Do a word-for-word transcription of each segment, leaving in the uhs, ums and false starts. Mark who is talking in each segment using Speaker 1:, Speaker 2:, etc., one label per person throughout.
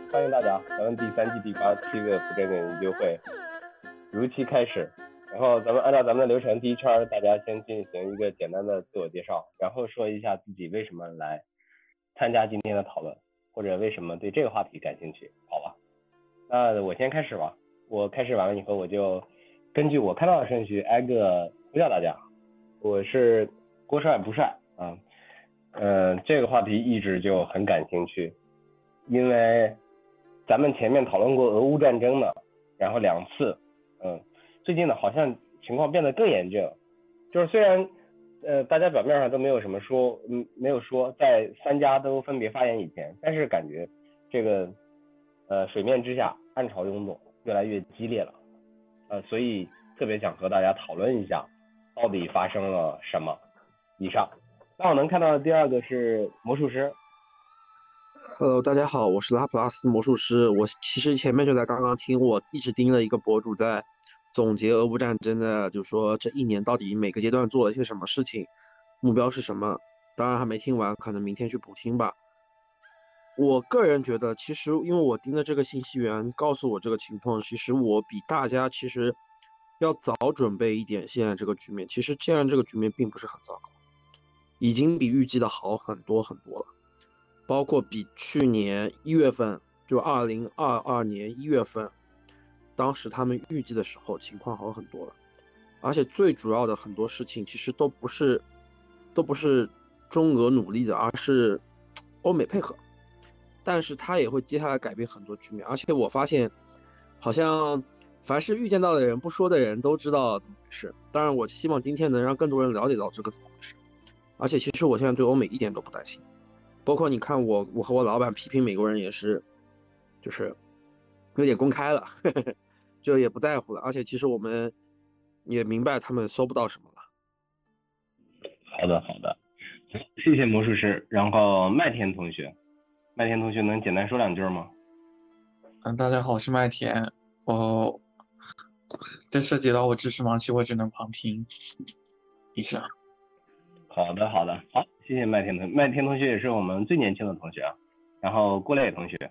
Speaker 1: 欢迎大家，咱们第三季第八期的不正经研究会如期开始。然后咱们按照咱们的流程，第一圈大家先进行一个简单的自我介绍，然后说一下自己为什么来参加今天的讨论，或者为什么对这个话题感兴趣，好吧？那我先开始吧。我开始完了以后，我就根据我看到的顺序挨个呼叫大家。我是郭帅不帅啊，呃，这个话题一直就很感兴趣，因为咱们前面讨论过俄乌战争呢，然后两次，嗯，最近呢好像情况变得更严峻了，就是虽然呃大家表面上都没有什么说，嗯，没有说在三家都分别发言以前，但是感觉这个呃水面之下暗潮涌动，越来越激烈了，呃，所以特别想和大家讨论一下，到底发生了什么。以上，那我能看到的第二个是魔术师。
Speaker 2: Hello，大家好，我是拉普拉斯魔术师。我其实前面就在刚刚听，我一直盯了一个博主在总结俄乌战争的，就是说这一年到底每个阶段做了些什么事情，目标是什么。当然还没听完，可能明天去补听吧。我个人觉得，其实因为我盯的这个信息源告诉我这个情况，其实我比大家其实要早准备一点。现在这个局面，其实现在这个局面并不是很糟糕，已经比预计的好很多很多了。包括比去年一月份，就二零二二年一月份，当时他们预计的时候情况好很多了。而且最主要的很多事情其实都不是，都不是中俄努力的，而是欧美配合。但是它也会接下来改变很多局面。而且我发现，好像凡是预见到的人，不说的人都知道怎么回事。当然，我希望今天能让更多人了解到这个怎么回事。而且其实我现在对欧美一点都不担心。包括你看我，我和我老板批评美国人也是，就是有点公开了，呵呵，就也不在乎了。而且其实我们也明白他们收不到什么了。
Speaker 1: 好的，好的，谢谢魔术师。然后麦田同学，麦田同学能简单说两句吗？
Speaker 3: 嗯，大家好，我是麦田。我这涉及到我知识盲区，我只能旁听。以上。
Speaker 1: 好的，好的，好，谢谢麦田同麦田同学也是我们最年轻的同学啊。然后郭磊同学。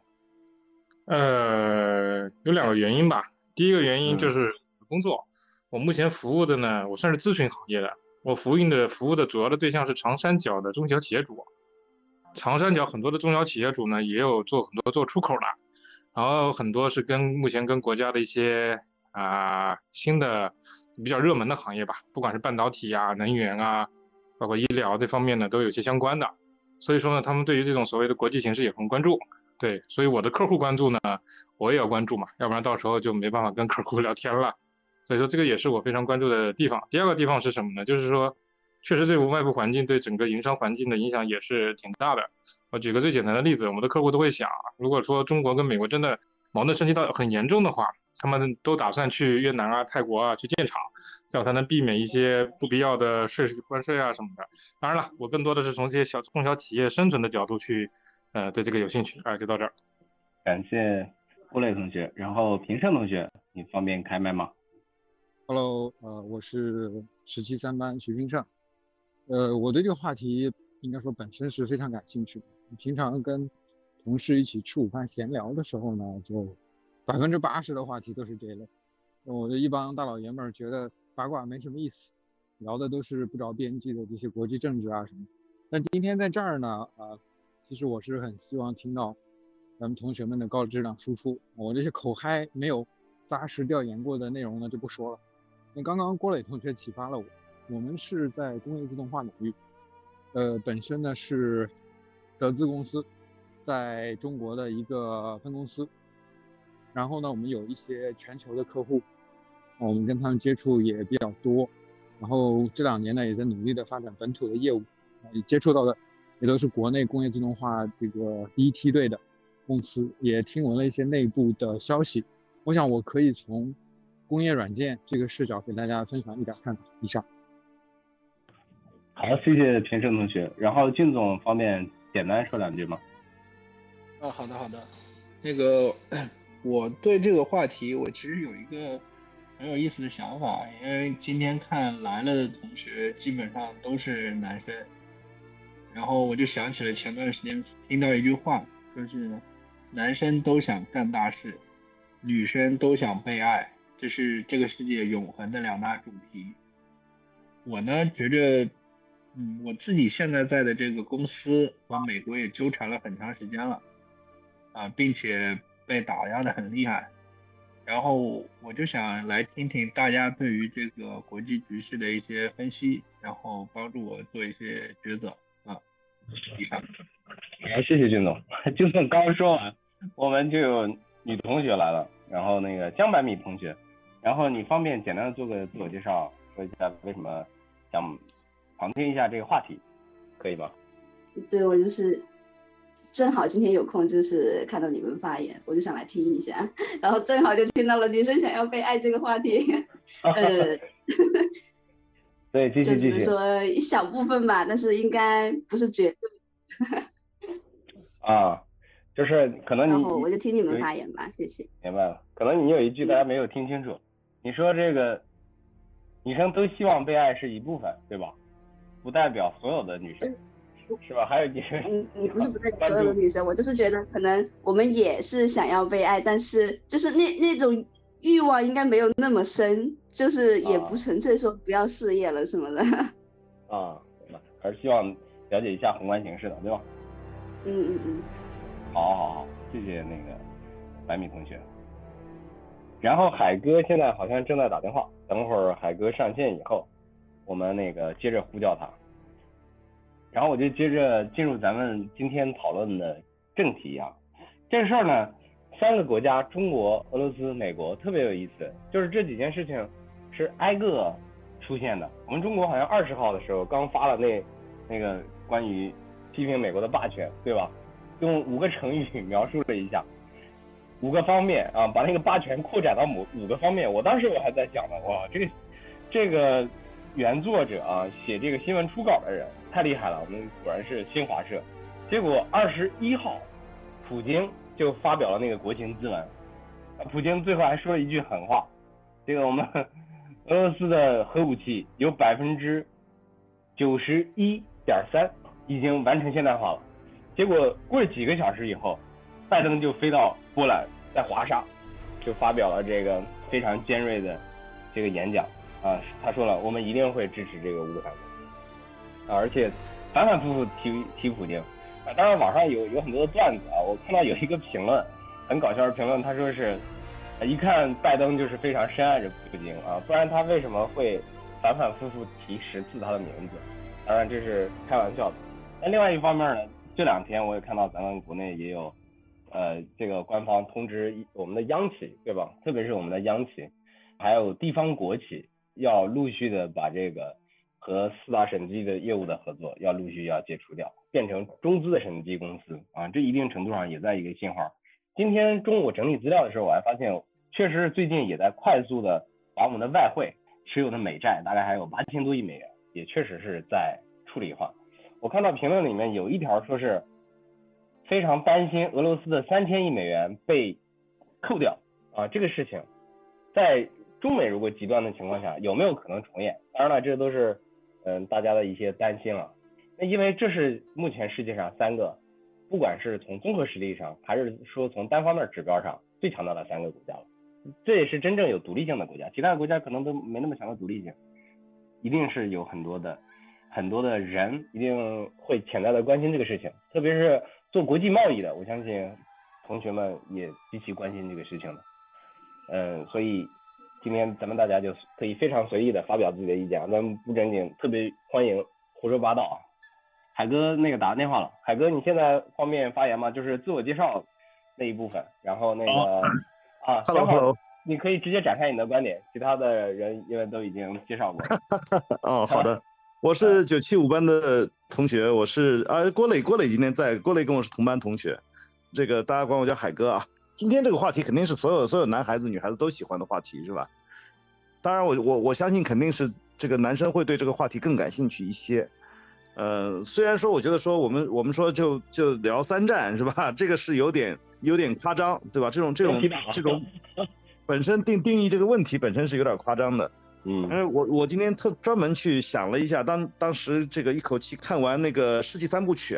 Speaker 4: 呃，有两个原因吧。第一个原因就是工作，我目前服务的呢，我算是咨询行业的，我服务的服务的主要的对象是长三角的中小企业主。长三角很多的中小企业主呢，也有做很多做出口的，然后很多是跟目前跟国家的一些啊、呃新的比较热门的行业吧，不管是半导体啊、能源啊，包括医疗这方面呢，都有些相关的。所以说呢，他们对于这种所谓的国际形势也很关注。对，所以我的客户关注呢，我也要关注嘛，要不然到时候就没办法跟客户聊天了。所以说这个也是我非常关注的地方。第二个地方是什么呢？就是说，确实这个外部环境对整个营商环境的影响也是挺大的。我举个最简单的例子，我们的客户都会想，如果说中国跟美国真的矛盾升级到很严重的话，他们都打算去越南啊、泰国啊去建厂，这样才能避免一些不必要的税关税啊什么的。当然了，我更多的是从这些小中小企业生存的角度去。呃，对这个有兴趣啊、呃，就到这儿。
Speaker 1: 感谢郭磊同学，然后平胜同学，你方便开麦吗
Speaker 5: ？Hello，呃，我是十七三班徐平胜。呃，我对这个话题应该说本身是非常感兴趣的。平常跟同事一起吃午饭闲聊的时候呢，就百分之八十的话题都是这一类。我的一帮大老爷们儿觉得八卦没什么意思，聊的都是不着边际的这些国际政治啊什么。但今天在这儿呢，呃，其实我是很希望听到咱们同学们的高质量输出。我这些口嗨没有扎实调研过的内容呢就不说了。那刚刚郭磊同学启发了我，我们是在工业自动化领域，呃，本身呢是德资公司在中国的一个分公司，然后呢我们有一些全球的客户，我们跟他们接触也比较多，然后这两年呢也在努力的发展本土的业务，也接触到的也都是国内工业自动化这个第一梯队的公司，也听闻了一些内部的消息。我想我可以从工业软件这个视角给大家分享一点看法。以上。
Speaker 1: 好，谢谢平胜同学。然后靳总方面简单说两句吗？
Speaker 6: 啊，好的好的。那个我对这个话题，我其实有一个很有意思的想法，因为今天看来了的同学基本上都是男生，然后我就想起了前段时间听到一句话，就是男生都想干大事，女生都想被爱，这是这个世界永恒的两大主题。我呢觉着，嗯，我自己现在在的这个公司和美国也纠缠了很长时间了，啊，并且被打压的很厉害。然后我就想来听听大家对于这个国际局势的一些分析，然后帮助我做一些抉择啊。以上。
Speaker 1: 好，谢谢俊总。俊总刚说完，我们就有女同学来了，然后那个江百米同学，然后你方便简单的做个自我介绍，说一下为什么想旁听一下这个话题，可以吗？
Speaker 7: 对，我就是正好今天有空，就是看到你们发言，我就想来听一下，然后正好就听到了女生想要被爱这个话题，呃，
Speaker 1: 对，继续继续。
Speaker 7: 就只能说一小部分吧，但是应该不是绝对。
Speaker 1: 啊，就是可能你，
Speaker 7: 然后我就听你们发言吧，谢谢。
Speaker 1: 明白了，可能你有一句大家没有听清楚，你说这个女生都希望被爱是一部分，对吧？不代表所有的女生。是吧？还有你，
Speaker 7: 嗯嗯，不是不代表所有的女生，我就是觉得可能我们也是想要被爱，但是就是那那种欲望应该没有那么深，就是也不纯粹说不要事业了什么的。
Speaker 1: 啊，还是希望了解一下宏观形势的，对吧？
Speaker 7: 嗯嗯嗯。
Speaker 1: 好，好，好，谢谢那个百米同学。然后海哥现在好像正在打电话，等会儿海哥上线以后，我们那个接着呼叫他。然后我就接着进入咱们今天讨论的正题啊。这事儿呢，三个国家，中国、俄罗斯、美国，特别有意思，就是这几件事情是挨个出现的。我们中国好像二十号的时候刚发了那那个关于批评美国的霸权，对吧？用五个成语描述了一下，五个方面啊，把那个霸权扩展到五五个方面。我当时我还在想呢，哇，这个这个原作者啊，写这个新闻初稿的人太厉害了，我们果然是新华社。结果二十一号，普京就发表了那个国情咨文，普京最后还说了一句狠话，这个我们俄罗斯的核武器有百分之九十一点三已经完成现代化了。结果过了几个小时以后，拜登就飞到波兰，在华沙就发表了这个非常尖锐的这个演讲啊，他说了，我们一定会支持这个乌克兰啊，而且反反复复提提普京啊。当然网上有有很多的段子啊，我看到有一个评论很搞笑的评论，他说是一看拜登就是非常深爱着普京啊，不然他为什么会反反复复提十次他的名字？当然这是开玩笑的。那另外一方面呢，这两天我也看到咱们国内也有呃这个官方通知我们的央企，对吧？特别是我们的央企还有地方国企要陆续的把这个和四大审计的业务的合作要陆续要解除掉，变成中资的审计公司啊，这一定程度上也在一个信号。今天中午我整理资料的时候，我还发现确实最近也在快速的把我们的外汇持有的美债大概还有八千多亿美元，也确实是在处理化。我看到评论里面有一条说是非常担心俄罗斯的三千亿美元被扣掉啊，这个事情在中美如果极端的情况下有没有可能重演？当然了，这都是嗯大家的一些担心了。那因为这是目前世界上三个，不管是从综合实力上，还是说从单方面指标上最强大的三个国家了。这也是真正有独立性的国家，其他的国家可能都没那么强的独立性，一定是有很多的很多的人一定会潜在的关心这个事情，特别是做国际贸易的，我相信同学们也极其关心这个事情的。嗯，所以今天咱们大家就可以非常随意的发表自己的意见，咱们不正经，特别欢迎胡说八道啊。海哥那个打电话了，海哥你现在方便发言吗？就是自我介绍那一部分，然后那个、oh. 啊，正好你可以直接展开你的观点，其他的人因为都已经介绍过了。
Speaker 8: 哦，好的，我是九七五班的同学，我是啊郭磊，郭磊今天在，郭磊跟我是同班同学，这个大家管我叫海哥啊。今天这个话题肯定是所有所有男孩子女孩子都喜欢的话题，是吧？当然我我我相信肯定是这个男生会对这个话题更感兴趣一些。呃，虽然说我觉得说我们我们说就就聊三战是吧？这个是有点有点夸张，对吧？这种这种这种本身定定义这个问题本身是有点夸张的。嗯，因为我我今天特专门去想了一下，当当时这个一口气看完那个世纪三部曲啊，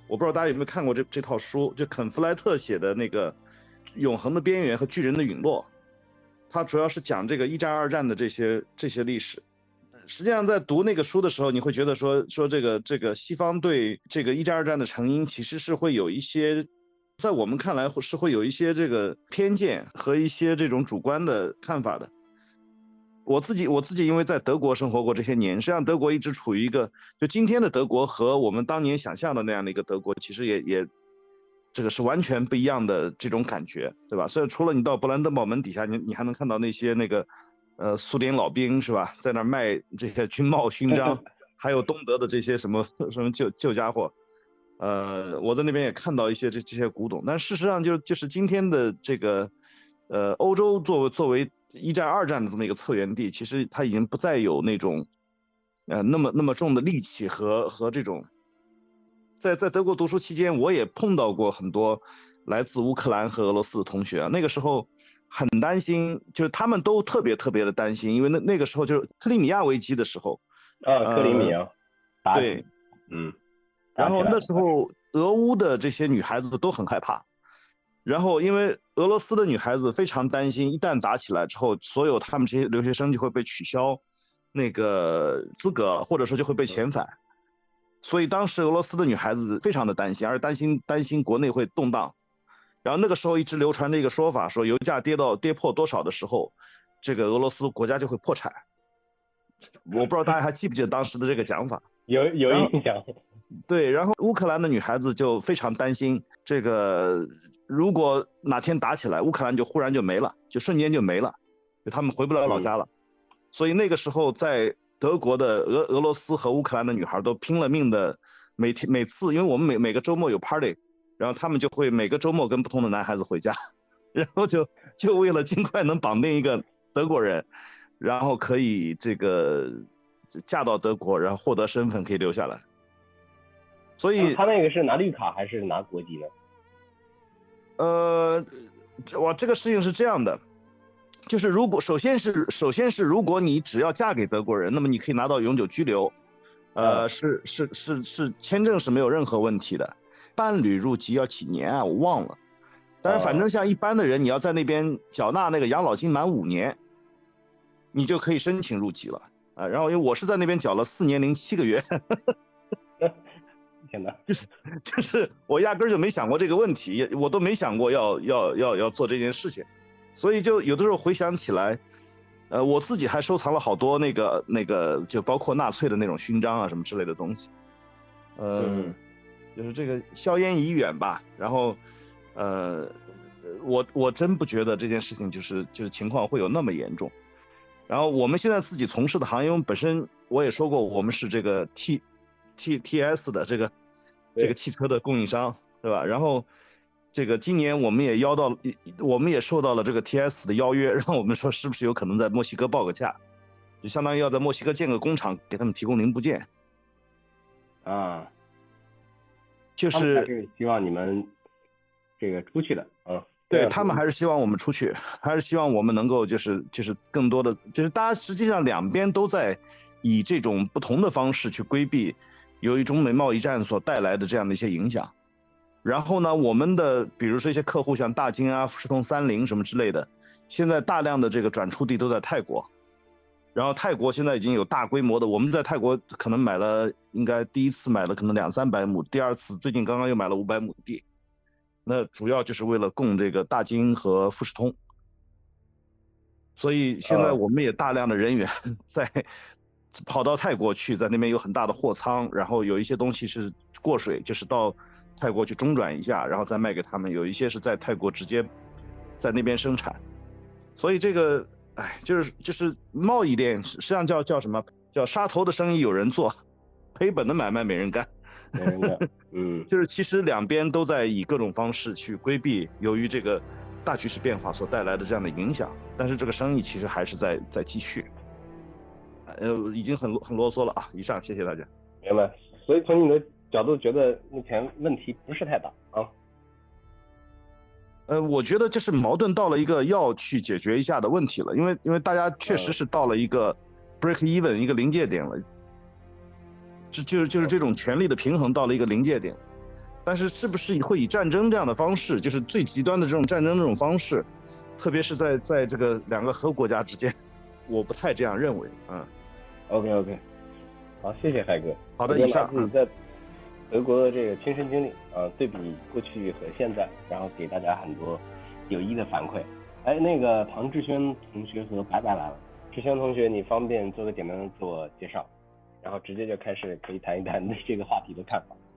Speaker 8: 我不知道大家有没有看过这这套书，就肯弗莱特写的那个《永恒的边缘和巨人的陨落》，它主要是讲这个一战、二战的这些这些历史。实际上，在读那个书的时候，你会觉得说说这个这个西方对这个一战、二战的成因，其实是会有一些，在我们看来是会有一些这个偏见和一些这种主观的看法的。我自己我自己因为在德国生活过这些年，实际上德国一直处于一个，就今天的德国和我们当年想象的那样的一个德国，其实也也这个是完全不一样的这种感觉，对吧？所以除了你到勃兰登堡门底下，你你还能看到那些那个呃苏联老兵是吧，在那卖这些军帽勋章，还有东德的这些什么什么旧旧家伙，呃，我在那边也看到一些这这些古董，但事实上就就是今天的这个呃欧洲作为作为一战、二战的这么一个策源地，其实它已经不再有那种，呃，那么那么重的戾气和和这种，在在德国读书期间，我也碰到过很多来自乌克兰和俄罗斯的同学啊，那个时候很担心，就是他们都特别特别的担心，因为那那个时候就是克里米亚危机的时候，
Speaker 1: 啊，克里米亚，
Speaker 8: 呃、对，
Speaker 1: 嗯，
Speaker 8: 然后那时候俄乌的这些女孩子都很害怕。然后，因为俄罗斯的女孩子非常担心，一旦打起来之后，所有他们这些留学生就会被取消那个资格，或者说就会被遣返。所以当时俄罗斯的女孩子非常的担心，而担心担心国内会动荡。然后那个时候一直流传着一个说法，说油价跌到跌破多少的时候，这个俄罗斯国家就会破产。我不知道大家还记不记得当时的这个讲法？
Speaker 1: 有有印象。
Speaker 8: 对，然后乌克兰的女孩子就非常担心这个。如果哪天打起来，乌克兰就忽然就没了，就瞬间就没了，就他们回不了老家了。嗯、所以那个时候，在德国的俄俄罗斯和乌克兰的女孩都拼了命的，每天每次，因为我们每每个周末有 party， 然后他们就会每个周末跟不同的男孩子回家，然后就就为了尽快能绑定一个德国人，然后可以这个嫁到德国，然后获得身份可以留下来。所以
Speaker 1: 他那个是拿绿卡还是拿国籍呢？
Speaker 8: 呃，我这个事情是这样的，就是如果首先是首先是如果你只要嫁给德国人，那么你可以拿到永久居留，呃，是是是是签证是没有任何问题的。伴侣入籍要几年啊？我忘了，但是反正像一般的人，你要在那边缴纳那个养老金满五年，你就可以申请入籍了啊。然后因为我是在那边缴了四年零七个月。就是就是我压根儿就没想过这个问题，我都没想过要要要要做这件事情，所以就有的时候回想起来，呃，我自己还收藏了好多那个那个，就包括纳粹的那种勋章啊什么之类的东西，呃、嗯，就是这个硝烟已远吧。然后，呃，我我真不觉得这件事情就是就是情况会有那么严重。然后我们现在自己从事的行业，因为本身我也说过，我们是这个 T T T S 的这个。这个汽车的供应商，对吧？然后，这个今年我们也邀到，我们也受到了这个 T S 的邀约，让我们说是不是有可能在墨西哥报个价，就相当于要在墨西哥建个工厂，给他们提供零部件。
Speaker 1: 啊，
Speaker 8: 就是
Speaker 1: 还是希望你们这个出去的啊。
Speaker 8: 对他们还是希望我们出去，还是希望我们能够就是就是更多的，就是大家实际上两边都在以这种不同的方式去规避。由于中美贸易战所带来的这样的一些影响，然后呢，我们的比如说一些客户像大金啊、富士通、三菱什么之类的，现在大量的这个转出地都在泰国，然后泰国现在已经有大规模的，我们在泰国可能买了，应该第一次买了可能两三百亩，第二次最近刚刚又买了五百亩地，那主要就是为了供这个大金和富士通，所以现在我们也大量的人员在。跑到泰国去，在那边有很大的货仓，然后有一些东西是过水，就是到泰国去中转一下，然后再卖给他们；有一些是在泰国直接在那边生产。所以这个，哎，就是就是贸易链，实际上叫叫什么？叫杀头的生意有人做，赔本的买卖没人干。
Speaker 1: 没人干。嗯，
Speaker 8: 就是其实两边都在以各种方式去规避由于这个大局势变化所带来的这样的影响，但是这个生意其实还是在在继续。呃，已经很很啰嗦了啊！以上，谢谢大家。
Speaker 1: 明白。所以从你的角度，觉得目前问题不是太大啊？
Speaker 8: 呃，我觉得这是矛盾到了一个要去解决一下的问题了，因为因为大家确实是到了一个 break even 一个临界点了，就就是就是这种权力的平衡到了一个临界点。 但是是不是会以战争这样的方式，就是最极端的这种战争这种方式，特别是在在这个两个核国家之间，我不太这样认为。嗯
Speaker 1: ，OK OK， 好，谢谢海哥。
Speaker 8: 好的，以上
Speaker 1: 自己在德国的这个亲身经历啊、呃，对比过去和现在，然后给大家很多有益的反馈。哎，那个唐志轩同学和白白来了，志轩同学，你方便做个简单的自我介绍，然后直接就开始可以谈一谈对这个话题的看法。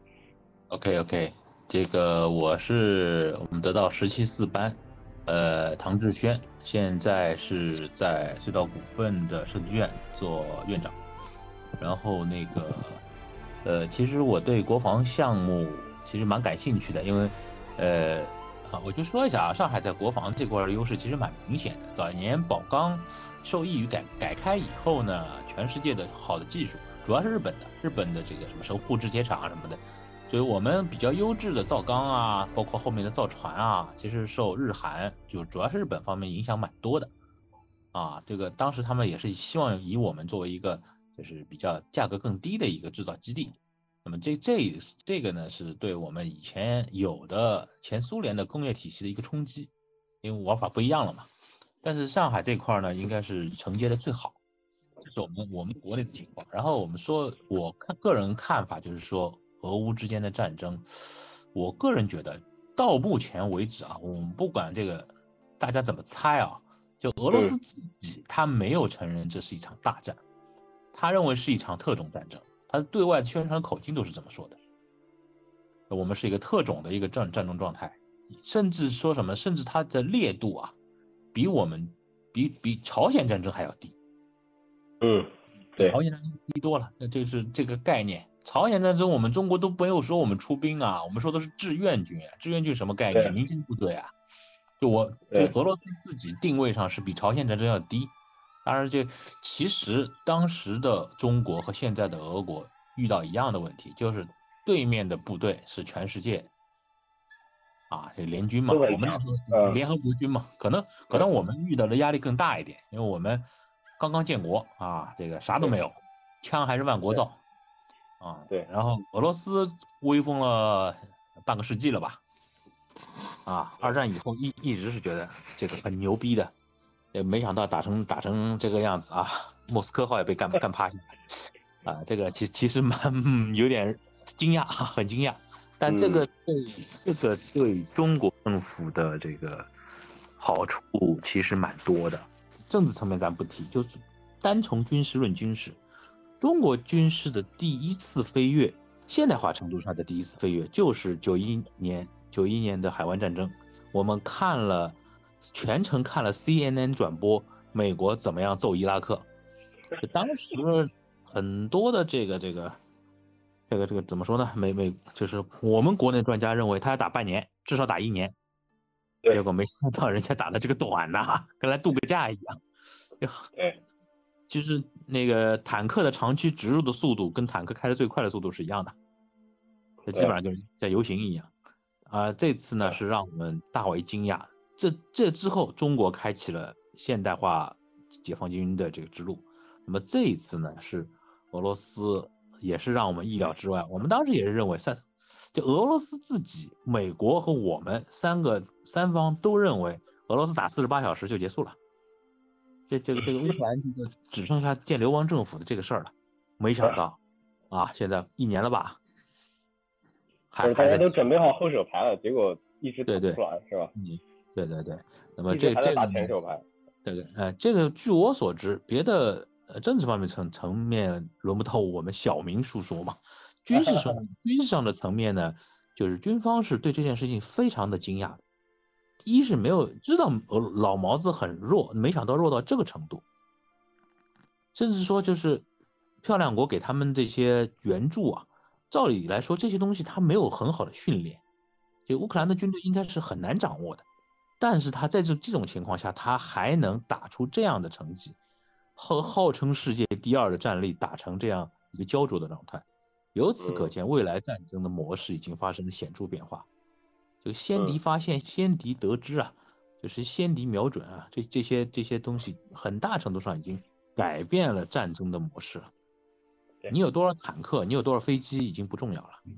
Speaker 9: OK OK， 这个我是我们得到十七四班，呃，唐志轩，现在是在隧道股份的设计院做院长。然后那个，呃，其实我对国防项目其实蛮感兴趣的，因为，呃，啊，我就说一下啊，上海在国防这块的优势其实蛮明显的。早年宝钢受益于改改开以后呢，全世界的好的技术，主要是日本的，日本的这个什么神户制铁厂啊什么的。所以我们比较优质的造钢啊，包括后面的造船啊，其实受日韩就主要是日本方面影响蛮多的，啊，这个当时他们也是希望以我们作为一个就是比较价格更低的一个制造基地。那么这这这个呢，是对我们以前有的前苏联的工业体系的一个冲击，因为玩法不一样了嘛。但是上海这块呢，应该是承接的最好，这是我们我们国内的情况。然后我们说，我看个人看法就是说。俄乌之间的战争，我个人觉得到目前为止啊，我们不管这个大家怎么猜啊，就俄罗斯自己他没有承认这是一场大战，他认为是一场特种战争，他对外宣传口径都是这么说的。我们是一个特种的一个战战争状态，甚至说什么，甚至它的烈度啊，比我们比比朝鲜战争还要低。
Speaker 1: 嗯，对，
Speaker 9: 朝鲜战争低多了，那就是这个概念。朝鲜战争我们中国都没有说我们出兵啊，我们说的是志愿军啊，志愿军什么概念？民间部队啊。就我就俄罗斯自己定位上是比朝鲜战争要低。当然这其实当时的中国和现在的俄国遇到一样的问题，就是对面的部队是全世界啊，这联军嘛，我们那时候是联合国军嘛，可能可能我们遇到的压力更大一点，因为我们刚刚建国啊，这个啥都没有，枪还是万国造。啊，
Speaker 1: 对，
Speaker 9: 然后俄罗斯威风了半个世纪了吧？啊，二战以后一一直是觉得这个很牛逼的，也没想到打成打成这个样子啊！莫斯科号也被干干趴下，啊，这个其其实蛮、嗯、有点惊讶，很惊讶。但这个对、嗯、这个对中国政府的这个好处其实蛮多的。政治层面咱不提，就是单从军事论军事。中国军事的第一次飞跃，现代化程度上的第一次飞跃，就是九一年九一年的海湾战争。我们看了全程看了 C N N 转播美国怎么样揍伊拉克。当时很多的这个这个这个这个怎么说呢？美美就是我们国内专家认为他要打半年，至少打一年。结果没想到人家打的这个短呐、啊，跟来度个假一样。
Speaker 1: 对。
Speaker 9: 就是那个坦克的长驱直入的速度跟坦克开的最快的速度是一样的，这基本上就是在游行一样。啊、呃，这次呢是让我们大为惊讶。这这之后，中国开启了现代化解放军的这个之路。那么这一次呢，是俄罗斯也是让我们意料之外。我们当时也是认为三，就俄罗斯自己、美国和我们三个三方都认为俄罗斯打四十八小时就结束了。这这个这个乌克兰这个只剩下建流亡政府的这个事儿了，没想到啊，现在一年了吧，
Speaker 1: 还大家都准备好后手牌了，结果一直打不出来，是吧？
Speaker 9: 嗯，对对对。那么这这
Speaker 1: 个前手牌，
Speaker 9: 这个呃，这个据我所知，别的呃政治方面层层面轮不到我们小民述说嘛。军事上军事上的层面呢，就是军方是对这件事情非常的惊讶的。一是没有知道老毛子很弱，没想到弱到这个程度，甚至说就是漂亮国给他们这些援助啊，照理来说这些东西他没有很好的训练，就乌克兰的军队应该是很难掌握的，但是他在这这种情况下，他还能打出这样的成绩，和号称世界第二的战力打成这样一个焦灼的状态，由此可见未来战争的模式已经发生了显著变化。就先敌发现，先敌得知啊，就是先敌瞄准啊，这这些这些东西很大程度上已经改变了战争的模式了。你有多少坦克，你有多少飞机已经不重要了，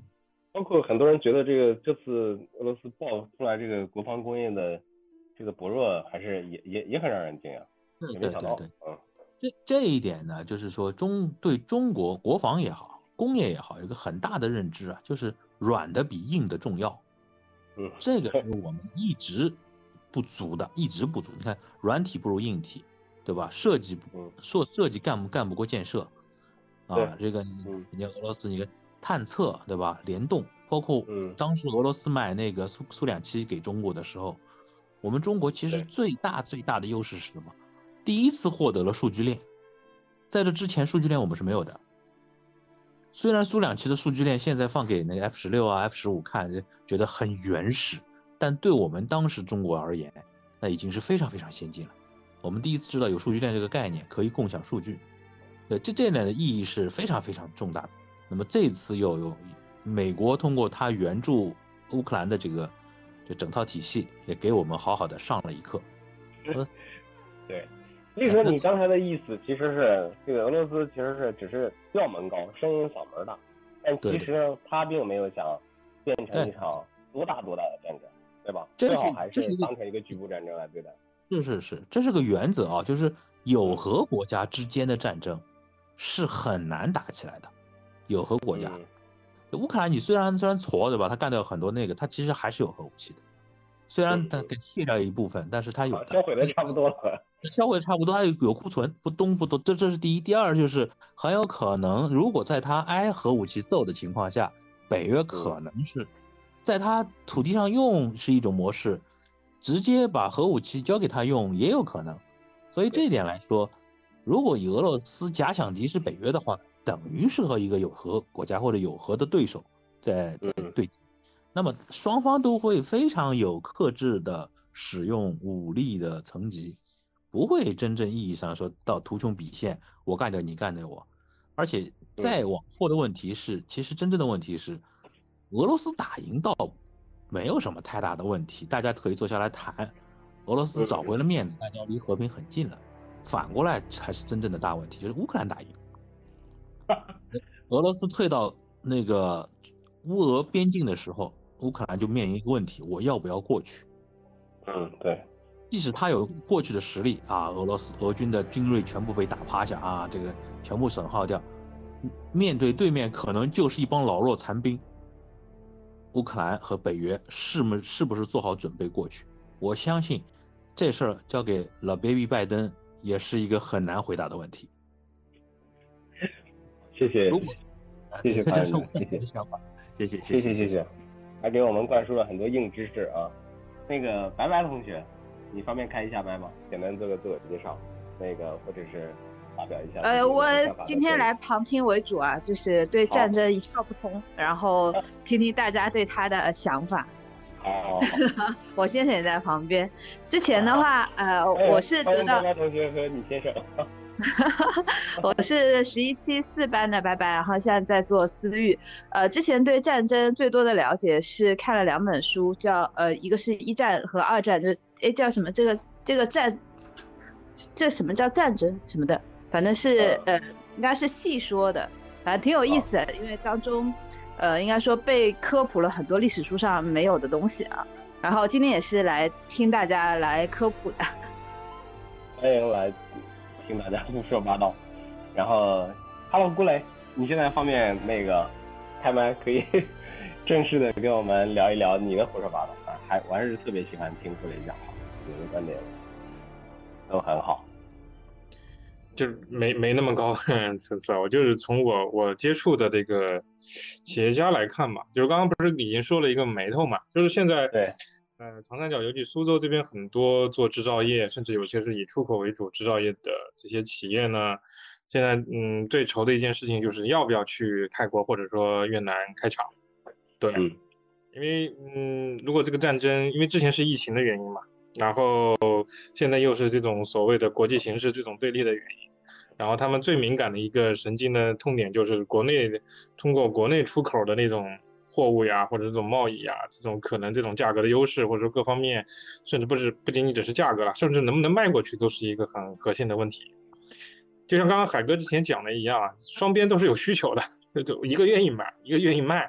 Speaker 1: 包括很多人觉得这个这次俄罗斯爆出来这个国防工业的这个薄弱，还是也也也很让人惊讶，也没想到。
Speaker 9: 对对对
Speaker 1: 嗯，
Speaker 9: 这这一点呢，就是说中对中国国防也好，工业也好，有一个很大的认知啊，就是软的比硬的重要。
Speaker 1: 嗯，
Speaker 9: 这个是我们一直不足的，一直不足。你看，软体不如硬体，对吧？设计不说设计干不干不过建设啊。这个你看俄罗斯，你看探测，对吧？联动，包括当时俄罗斯买那个苏苏两七给中国的时候，我们中国其实最大最大的优势是什么？第一次获得了数据链，在这之前数据链我们是没有的。虽然苏两七的数据链现在放给那个 F 十六啊 F 十五看，觉得很原始，但对我们当时中国而言，那已经是非常非常先进了。我们第一次知道有数据链这个概念，可以共享数据，对，这这点的意义是非常非常重大的。那么这次又有美国通过他援助乌克兰的这个这整套体系，也给我们好好的上了一课。
Speaker 1: 嗯，对。所以说你刚才的意思其实是这个俄罗斯其实是只是调门高，声音嗓门大，但其实呢他并没有想变成一场多大多大的战争，对吧？最好还是当成一个局部战争来对待。
Speaker 9: 是是是，这是个原则啊，就是友核国家之间的战争是很难打起来的。友核国家，嗯、乌克兰你虽然虽然挫对吧，他干掉很多那个，他其实还是有核武器的。虽然它给卸掉一部分，但是它有
Speaker 1: 销毁的差不多了，
Speaker 9: 销毁的差不多，它有有库存，不东不东，这这是第一。第二就是很有可能，如果在它挨核武器揍的情况下，北约可能是在它土地上用是一种模式，直接把核武器交给他用也有可能。所以这一点来说，如果以俄罗斯假想敌是北约的话，等于是和一个有核国家或者有核的对手在在对敌。那么双方都会非常有克制的使用武力的层级，不会真正意义上说到图穷匕见，我干掉你干掉我。而且再往后的问题是，其实真正的问题是，俄罗斯打赢倒没有什么太大的问题，大家可以坐下来谈。俄罗斯找回了面子，大家离和平很近了。反过来才是真正的大问题，就是乌克兰打赢，俄罗斯退到那个乌俄边境的时候，乌克兰就面临一个问题，我要不要过去？
Speaker 1: 嗯，对。
Speaker 9: 即使他有过去的实力啊，俄罗斯俄军的军锐全部被打趴下啊，这个全部损耗掉，面对对面可能就是一帮老弱残兵。乌克兰和北约是不是不是做好准备过去？我相信这事儿交给老 baby 拜登也是一个很难回答的问题。
Speaker 1: 谢谢，谢谢潘总，
Speaker 9: 谢谢想法，谢谢
Speaker 1: 谢谢谢谢，还给我们灌输了很多硬知识啊。那个白白同学，你方便开一下麦吗？简单做个自我介绍，那个或者是发表一下。
Speaker 10: 呃，我今天来旁听为主啊，就是对战争一窍不通，然后听听大家对他的想法。
Speaker 1: 好，
Speaker 10: 我先生也在旁边。之前的话，呃，我是得到
Speaker 1: 白白同学和你先生。
Speaker 10: 我是十一期四班的白白，然后现在在做私域。呃，之前对战争最多的了解是看了两本书，叫呃，一个是一战和二战，就哎叫什么这个这个战，这什么叫战争什么的，反正是呃应该是细说的，反正挺有意思的，因为当中呃应该说被科普了很多历史书上没有的东西啊。然后今天也是来听大家来科普的，
Speaker 1: 欢迎来。听大家胡说八道，然后 ，Hello 顾磊，你现在方便那个开麦，可以正式的跟我们聊一聊你的胡说八道啊，还我还是特别喜欢听顾磊讲话，你的观点都很好，
Speaker 4: 就是没没那么高层次，我就是从我我接触的这个企业家来看嘛，就是刚刚不是已经说了一个眉头嘛，就是现在
Speaker 1: 对。
Speaker 4: 呃，长三角尤其苏州这边很多做制造业，甚至有些是以出口为主制造业的这些企业呢，现在嗯最愁的一件事情就是要不要去泰国或者说越南开厂。对，
Speaker 1: 嗯、
Speaker 4: 因为嗯如果这个战争，因为之前是疫情的原因嘛，然后现在又是这种所谓的国际形势这种对立的原因，然后他们最敏感的一个神经的痛点就是国内通过国内出口的那种货物呀，或者这种贸易呀，这种可能这种价格的优势，或者说各方面，甚至不是不仅仅只是价格了，甚至能不能卖过去都是一个很核心的问题。就像刚刚海哥之前讲的一样，双边都是有需求的，就一个愿意买，一个愿意卖，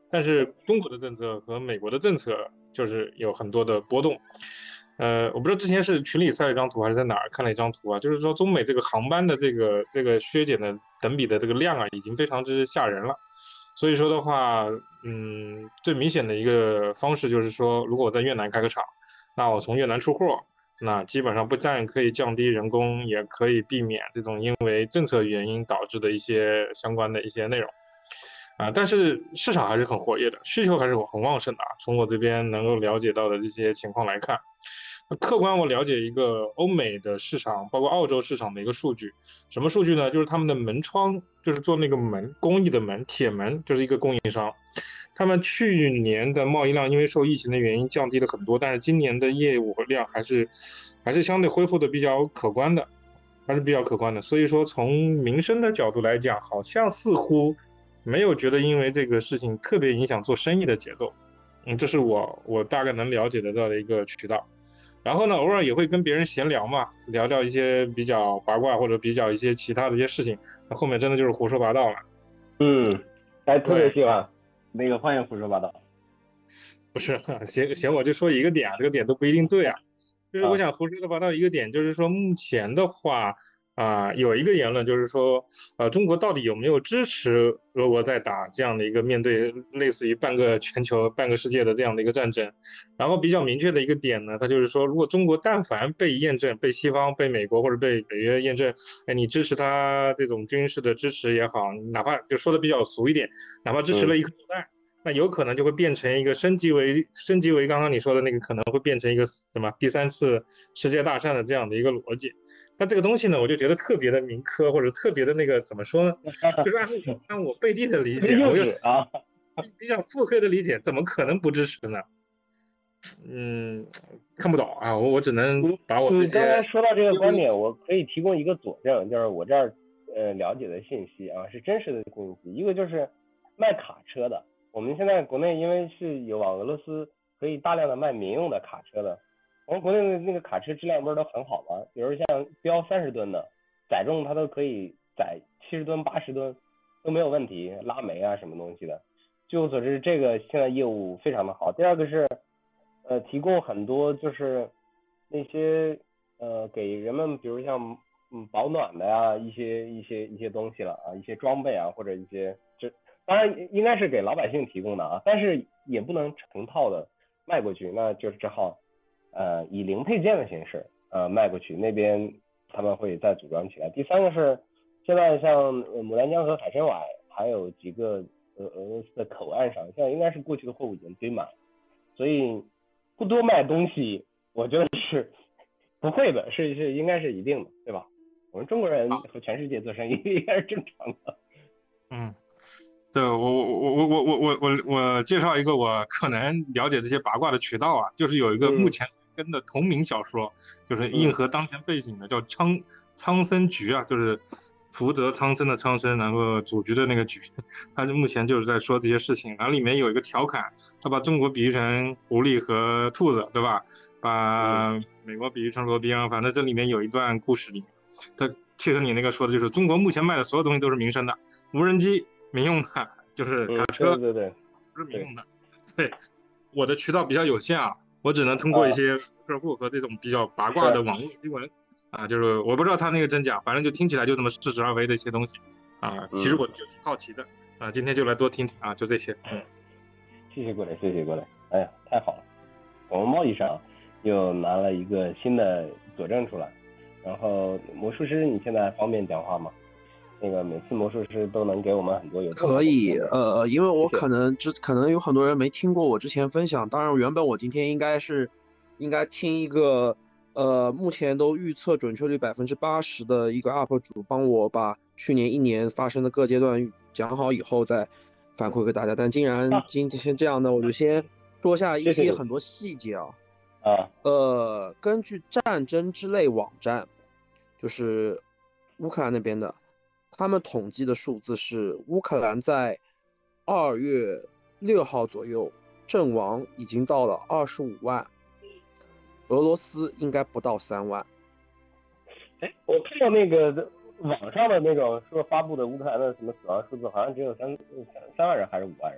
Speaker 4: 但是中国的政策和美国的政策就是有很多的波动。呃，我不知道之前是群里晒了一张图还是在哪儿看了一张图啊，就是说中美这个航班的这个这个削减的等比的这个量啊，已经非常之吓人了。所以说的话，嗯，最明显的一个方式就是说，如果我在越南开个厂，那我从越南出货，那基本上不但可以降低人工，也可以避免这种因为政策原因导致的一些相关的一些内容。啊，但是市场还是很活跃的，需求还是很旺盛的啊。从我这边能够了解到的这些情况来看，那客观我了解一个欧美的市场，包括澳洲市场的一个数据，什么数据呢？就是他们的门窗，就是做那个门工艺的门，铁门，就是一个供应商。他们去年的贸易量因为受疫情的原因降低了很多，但是今年的业务量还是还是相对恢复的比较可观的，还是比较可观的。所以说从民生的角度来讲，好像似乎没有觉得因为这个事情特别影响做生意的节奏。嗯，这是我我大概能了解得到的一个渠道。然后呢，偶尔也会跟别人闲聊嘛，聊聊一些比较八卦或者比较一些其他的一些事情，那后面真的就是胡说八道了。
Speaker 1: 嗯，还特别喜欢那个欢迎胡说八道。
Speaker 4: 不是，嫌嫌我就说一个点啊，这个点都不一定对啊。就是我想胡说八道一个点，就是说目前的话啊、呃，有一个言论就是说，呃，中国到底有没有支持俄国在打这样的一个面对类似于半个全球、半个世界的这样的一个战争？然后比较明确的一个点呢，它就是说，如果中国但凡被验证、被西方、被美国或者被北约验证，哎，你支持他这种军事的支持也好，哪怕就说的比较俗一点，哪怕支持了一颗导弹。嗯，那有可能就会变成一个升级为升级为刚刚你说的那个，可能会变成一个什么第三次世界大战的这样的一个逻辑。但这个东西呢，我就觉得特别的民科，或者特别的那个怎么说呢？就是按我按我背地的理解，我有
Speaker 1: 啊
Speaker 4: 比较腹黑的理解，怎么可能不支持呢？嗯，看不懂啊，我我只能把我这些。
Speaker 1: 你刚才说到这个观点，我可以提供一个佐证，就是我这儿呃了解的信息啊，是真实的信息。一个就是卖卡车的。我们现在国内因为是有往俄罗斯可以大量的卖民用的卡车的，我们国内的那个卡车质量不是都很好吗？比如像标三十吨的，载重它都可以载七十吨、八十吨都没有问题，拉煤啊什么东西的。据我所知，这个现在业务非常的好。第二个是呃提供很多就是那些呃给人们，比如像嗯保暖的呀、啊、一些一些一些东西了啊，一些装备啊或者一些这。当然应该是给老百姓提供的啊，但是也不能成套的卖过去，那就是只好呃以零配件的形式呃卖过去，那边他们会再组装起来。第三个是现在像呃牡丹江和海参崴还有几个呃俄罗斯的口岸上，现在应该是过去的货物已经堆满，所以不多卖东西，我觉得是不会的，是是应该是一定的，对吧？我们中国人和全世界做生意应该是正常的。
Speaker 4: 嗯。对，我我我我我我我我介绍一个我可能了解这些八卦的渠道啊，就是有一个目前跟的同名小说，就是硬核当前背景的，叫苍苍生局啊，就是福泽苍生的苍生，然后主局的那个局，他就目前就是在说这些事情，然后里面有一个调侃，他把中国比喻成狐狸和兔子，对吧？把美国比喻成罗宾啊，反正这里面有一段故事里面，他切合你那个说的，就是中国目前卖的所有东西都是民生的，无人机。民用的就是卡车，
Speaker 1: 嗯、对对对，
Speaker 4: 不是民用的。对，我的渠道比较有限啊，我只能通过一些客户和这种比较八卦的网络新闻啊，就是我不知道他那个真假，反正就听起来就这么似是而为的一些东西啊。其实我就挺好奇的啊，今天就来多听听啊，就这些。嗯，
Speaker 1: 谢谢过来，谢谢过来。哎呀，太好了，我们贸易上又拿了一个新的佐证出来。然后魔术师，你现在方便讲话吗？那个每次魔术师都能给我们很多有
Speaker 2: 可以，呃，因为我可能之可能有很多人没听过我之前分享，当然原本我今天应该是应该听一个呃目前都预测准确率百分之八十的一个 U P 主帮我把去年一年发生的各阶段讲好以后再反馈给大家，但既然今天这样呢，我就先说下一些很多细节啊。
Speaker 1: 啊，
Speaker 2: 呃，根据战争之类网站，就是乌克兰那边的。他们统计的数字是，乌克兰在二月六号左右阵亡已经到了二十五万，俄罗斯应该不到三万。
Speaker 1: 哎，我看到那个网上的那种说发布的乌克兰的什么死亡数字，好像只有三三三万人还是五万人？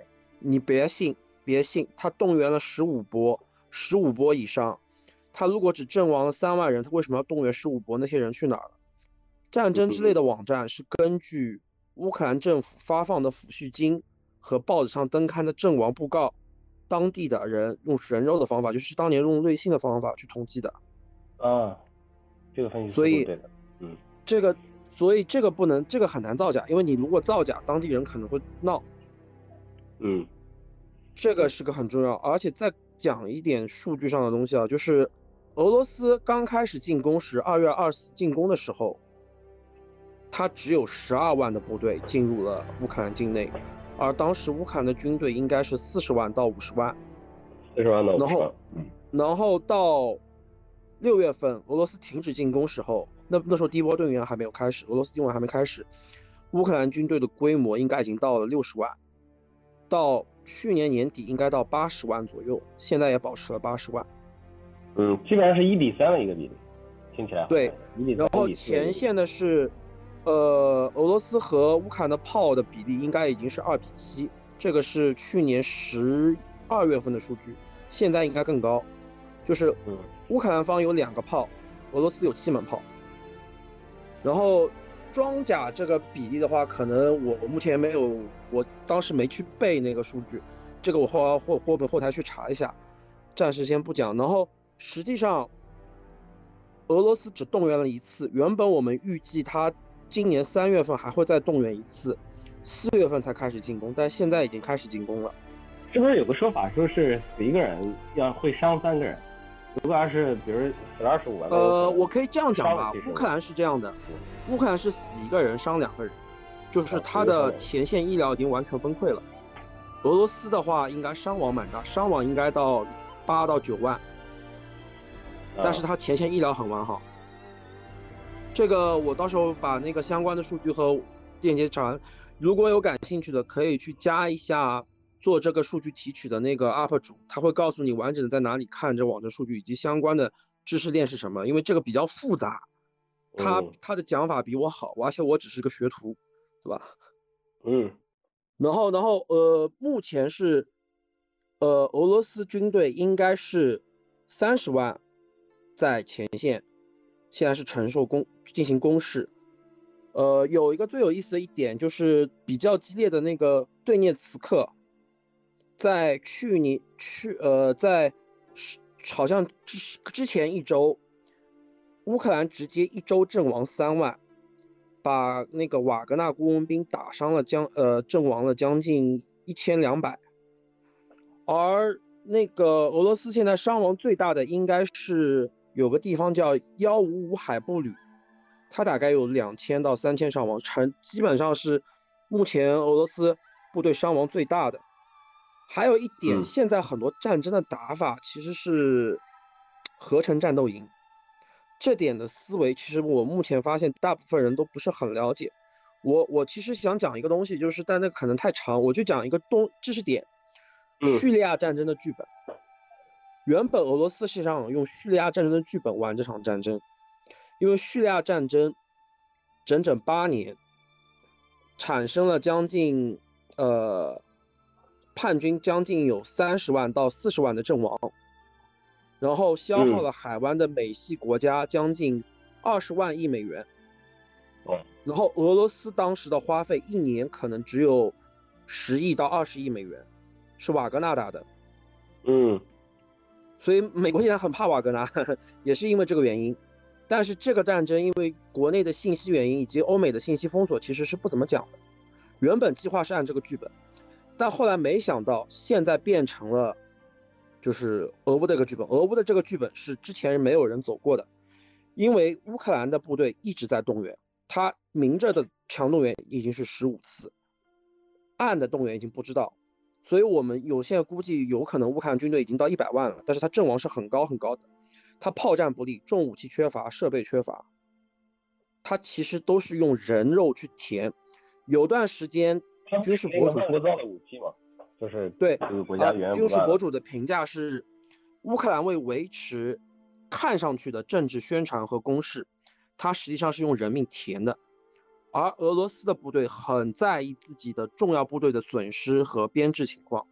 Speaker 2: 你别信，别信，他动员了十五波，十五波以上，他如果只阵亡了三万人，他为什么要动员十五波？那些人去哪儿了？战争之类的网站是根据乌克兰政府发放的抚恤金和报纸上登刊的阵亡布告，当地的人用人肉的方法，就是当年用瑞信的方法去统计的。
Speaker 1: 啊，这个分析
Speaker 2: 所以
Speaker 1: 对的，嗯，
Speaker 2: 这个，所以这个不能，这个很难造假，因为你如果造假，当地人可能会闹。
Speaker 1: 嗯，
Speaker 2: 这个是个很重要，而且再讲一点数据上的东西啊，就是俄罗斯刚开始进攻时，二月二十四进攻的时候，它只有十二万的部队进入了乌克兰境内，而当时乌克兰的军队应该是四十万到五十万，
Speaker 1: 四十万到五十万，
Speaker 2: 然后，然后到六月份俄罗斯停止进攻时候，那那时候第一波动员还没有开始，俄罗斯动员还没开始，乌克兰军队的规模应该已经到了六十万。到去年年底应该到八十万左右，现在也保持了八十万。
Speaker 1: 嗯，基本上是一比三的一个比例，听起来
Speaker 2: 对。然后前线的是，呃，俄罗斯和乌克兰的炮的比例应该已经是二比七，这个是去年十二月份的数据，现在应该更高。就是乌克兰方有两个炮，俄罗斯有七门炮。然后装甲这个比例的话，可能我目前没有，我当时没去背那个数据，这个我后后后后台去查一下，暂时先不讲。然后实际上，俄罗斯只动员了一次，原本我们预计他今年三月份还会再动员一次，四月份才开始进攻，但现在已经开始进攻了。
Speaker 1: 是不是有个说法说是死一个人要会伤三个人？如果要是比如死二十五万，
Speaker 2: 呃，我可以这样讲吧，乌克兰是这样的，乌克兰是死一个人伤两个人，就是他的前线医疗已经完全崩溃了。俄罗斯的话应该伤亡蛮大，伤亡应该到八到九万，但是他前线医疗很完好。这个我到时候把那个相关的数据和链接查，如果有感兴趣的可以去加一下做这个数据提取的那个 U P 主，他会告诉你完整的在哪里看这网站数据以及相关的知识链是什么，因为这个比较复杂，他、嗯、他的讲法比我好，而且我只是个学徒，对吧？
Speaker 1: 嗯，
Speaker 2: 然后然后呃，目前是呃俄罗斯军队应该是三十万在前线，现在是承受攻进行攻势。呃，有一个最有意思的一点就是比较激烈的那个顿涅茨克。在去年去呃，在好像之之前一周，乌克兰直接一周阵亡三万，把那个瓦格纳雇佣兵打伤了将呃阵亡了将近一千两百，而那个俄罗斯现在伤亡最大的应该是有个地方叫幺五五海步旅，它大概有两千到三千伤亡，成基本上是目前俄罗斯部队伤亡最大的。还有一点，
Speaker 1: 嗯、
Speaker 2: 现在很多战争的打法其实是合成战斗营，这点的思维其实我目前发现大部分人都不是很了解。我我其实想讲一个东西，就是但那可能太长，我就讲一个东知识点。叙利亚战争的剧本，嗯、原本俄罗斯是想用叙利亚战争的剧本玩这场战争，因为叙利亚战争整整八年，产生了将近呃。叛军将近有三十万到四十万的阵亡，然后消耗了海湾的美系国家将近二十万亿美元。
Speaker 1: 嗯、
Speaker 2: 然后俄罗斯当时的花费一年可能只有十亿到二十亿美元，是瓦格纳打的。
Speaker 1: 嗯，
Speaker 2: 所以美国现在很怕瓦格纳，呵呵也是因为这个原因。但是这个战争因为国内的信息原因以及欧美的信息封锁，其实是不怎么讲的。原本计划是按这个剧本。但后来没想到，现在变成了，就是俄乌的一个剧本。俄乌的这个剧本是之前没有人走过的，因为乌克兰的部队一直在动员，他明着的强动员已经是十五次，暗的动员已经不知道，所以我们有现在估计有可能乌克兰军队已经到一百万了，但是他阵亡是很高很高的，他炮战不利，重武器缺乏，设备缺乏，他其实都是用人肉去填，有段时间。军事博主
Speaker 1: 国造的武器嘛，就是
Speaker 2: 对
Speaker 1: 这个国家源源不断。
Speaker 2: 军事博主的评价是，乌克兰为维持看上去的政治宣传和攻势，它实际上是用人命填的，而俄罗斯的部队很在意自己的重要部队的损失和编制情况，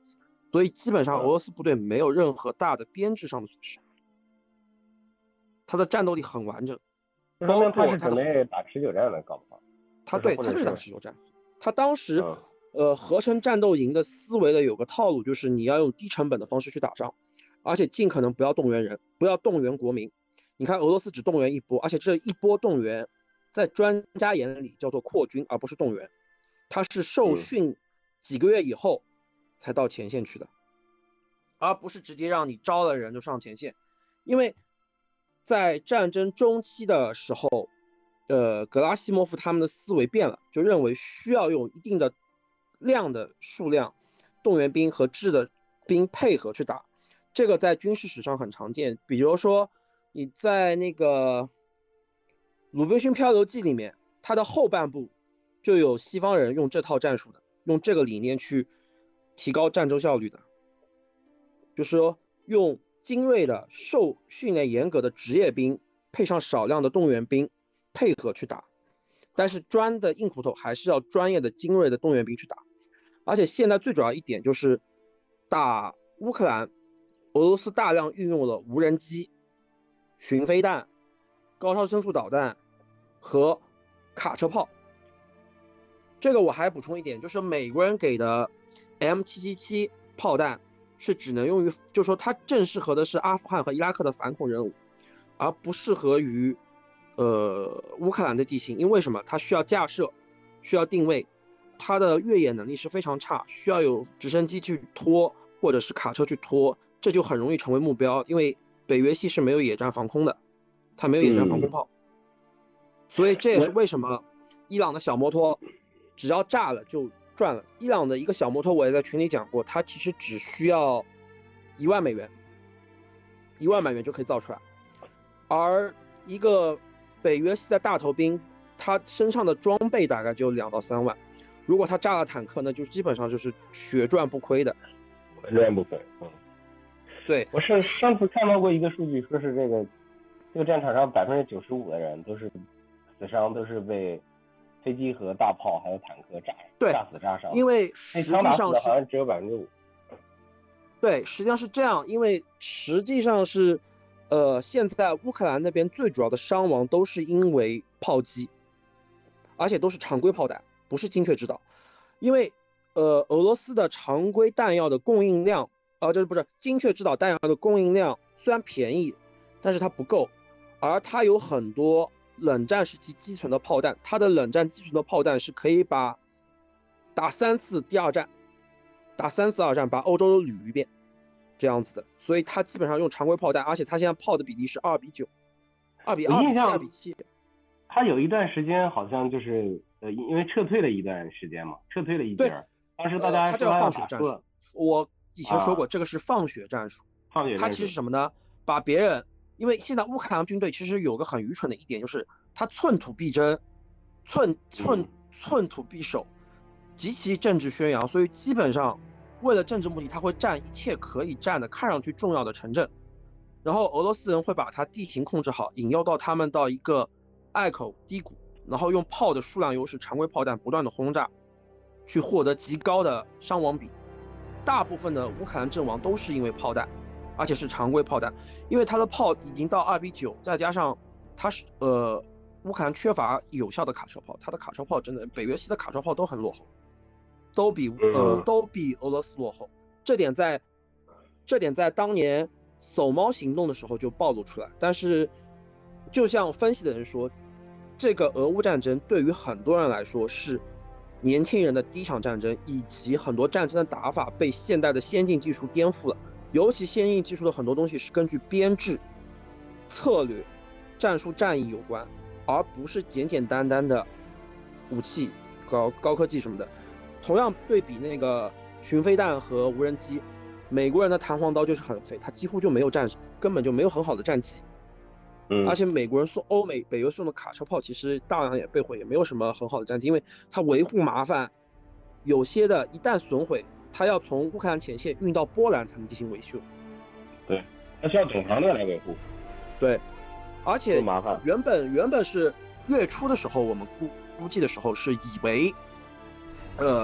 Speaker 2: 所以基本上俄罗斯部队没有任何大的编制上的损失，它的战斗力很完整，包括
Speaker 1: 他是
Speaker 2: 它的
Speaker 1: 准备打持久战的，搞不好。
Speaker 2: 他对他就是打持久战，他当时、
Speaker 1: 嗯、
Speaker 2: 呃合成战斗营的思维的有个套路，就是你要用低成本的方式去打仗，而且尽可能不要动员人，不要动员国民。你看俄罗斯只动员一波，而且这一波动员在专家眼里叫做扩军，而不是动员，他是受训几个月以后才到前线去的，而不是直接让你招了人就上前线。因为在战争中期的时候，呃，格拉西莫夫他们的思维变了，就认为需要用一定的量的数量动员兵和质的兵配合去打，这个在军事史上很常见。比如说你在那个《鲁滨逊漂流记》里面，它的后半部就有西方人用这套战术的，用这个理念去提高战争效率的，就是说用精锐的受训练严格的职业兵配上少量的动员兵配合去打，但是专的硬骨头还是要专业的精锐的动员兵去打。而且现在最主要一点就是打乌克兰，俄罗斯大量运用了无人机、巡飞弹、高超声速导弹和卡车炮。这个我还补充一点，就是美国人给的 M 七七七 炮弹是只能用于，就是说它正适合的是阿富汗和伊拉克的反恐任务，而不适合于呃乌克兰的地形。因为什么？它需要架设，需要定位，它的越野能力是非常差，需要有直升机去拖或者是卡车去拖，这就很容易成为目标。因为北约系是没有野战防空的，它没有野战防空炮，嗯、所以这也是为什么伊朗的小摩托只要炸了就赚了。伊朗的一个小摩托我也在群里讲过，它其实只需要一万美元，一万美元就可以造出来。而一个北约系的大头兵，他身上的装备大概就两到三万，如果他炸了坦克，那就基本上就是血赚不亏的，
Speaker 1: 血赚不亏。嗯，
Speaker 2: 对，
Speaker 1: 我是上次看到过一个数据，说是这个这个战场上百分之九十五的人都是死伤，都是被飞机和大炮还有坦克炸炸死炸伤，
Speaker 2: 因为实际上是
Speaker 1: 好像只有百分之五。
Speaker 2: 对，实际上是这样，因为实际上是，呃，现在乌克兰那边最主要的伤亡都是因为炮击，而且都是常规炮弹，不是精确制导。因为呃，俄罗斯的常规弹药的供应量，呃，这不是精确制导弹药的供应量虽然便宜，但是它不够，而它有很多冷战时期积存的炮弹，它的冷战积存的炮弹是可以把打三次第二战，打三次二战把欧洲都捋一遍，这样子的，所以它基本上用常规炮弹，而且它现在炮的比例是二比九，二比二比七，二比七。
Speaker 1: 它有一段时间好像就是呃，因为撤退了一段时间嘛，撤退了一截，当时大家
Speaker 2: 说、呃、它叫放血战术。我以前说过，
Speaker 1: 啊、
Speaker 2: 这个是放血战术。
Speaker 1: 放血战术。
Speaker 2: 它其实是什么呢？把别人。因为现在乌克兰军队其实有个很愚蠢的一点，就是他寸土必争，寸寸寸土必守，极其政治宣扬，所以基本上为了政治目的，他会占一切可以占的看上去重要的城镇，然后俄罗斯人会把它地形控制好，引诱到他们到一个隘口低谷，然后用炮的数量优势，常规炮弹不断的轰炸，去获得极高的伤亡比。大部分的乌克兰阵亡都是因为炮弹。而且是常规炮弹，因为它的炮已经到二比九，再加上它是呃乌克兰缺乏有效的卡车炮，它的卡车炮真的北约系的卡车炮都很落后，都比呃都比俄罗斯落后，这点在这点在当年守猫行动的时候就暴露出来。但是就像分析的人说，这个俄乌战争对于很多人来说是年轻人的第一场战争，以及很多战争的打法被现代的先进技术颠覆了。尤其先进技术的很多东西是根据编制、策略、战术、战役有关，而不是简简单单的武器、高高科技什么的。同样对比那个巡飞弹和无人机，美国人的弹簧刀就是很废，它几乎就没有战，根本就没有很好的战机。
Speaker 1: 嗯，
Speaker 2: 而且美国人送欧美北约送的卡车炮，其实大量也被毁，也没有什么很好的战机，因为它维护麻烦，有些的一旦损毁。他要从乌克兰前线运到波兰才能进行维修，
Speaker 1: 对，他需要总航的来维护，
Speaker 2: 对，而且
Speaker 1: 麻烦。
Speaker 2: 原本原本是月初的时候，我们估估计的时候是以为，呃，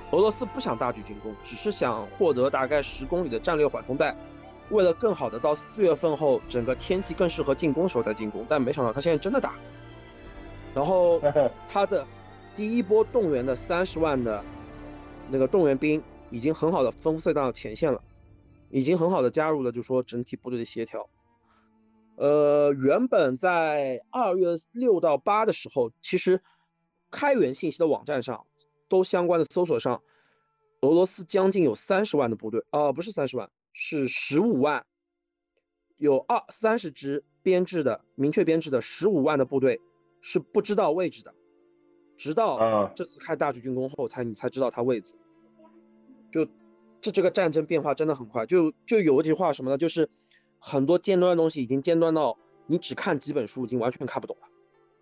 Speaker 2: 俄罗斯不想大举进攻，只是想获得大概十公里的战略缓冲带，为了更好的到四月份后整个天气更适合进攻的时候再进攻。但没想到他现在真的打，然后他的第一波动员的三十万的那个动员兵已经很好的分配到前线了，已经很好的加入了，就是说整体部队的协调。呃，原本在二月六到八的时候，其实开源信息的网站上都相关的搜索上，俄罗斯将近有三十万的部队，啊、呃，不是三十万，是十五万，有二三十支编制的明确编制的十五万的部队是不知道位置的，直到这次开大举进攻后才你才知道他位置。就这这个战争变化真的很快，就就有一句话什么呢？就是很多尖端的东西已经尖端到你只看几本书已经完全看不懂了。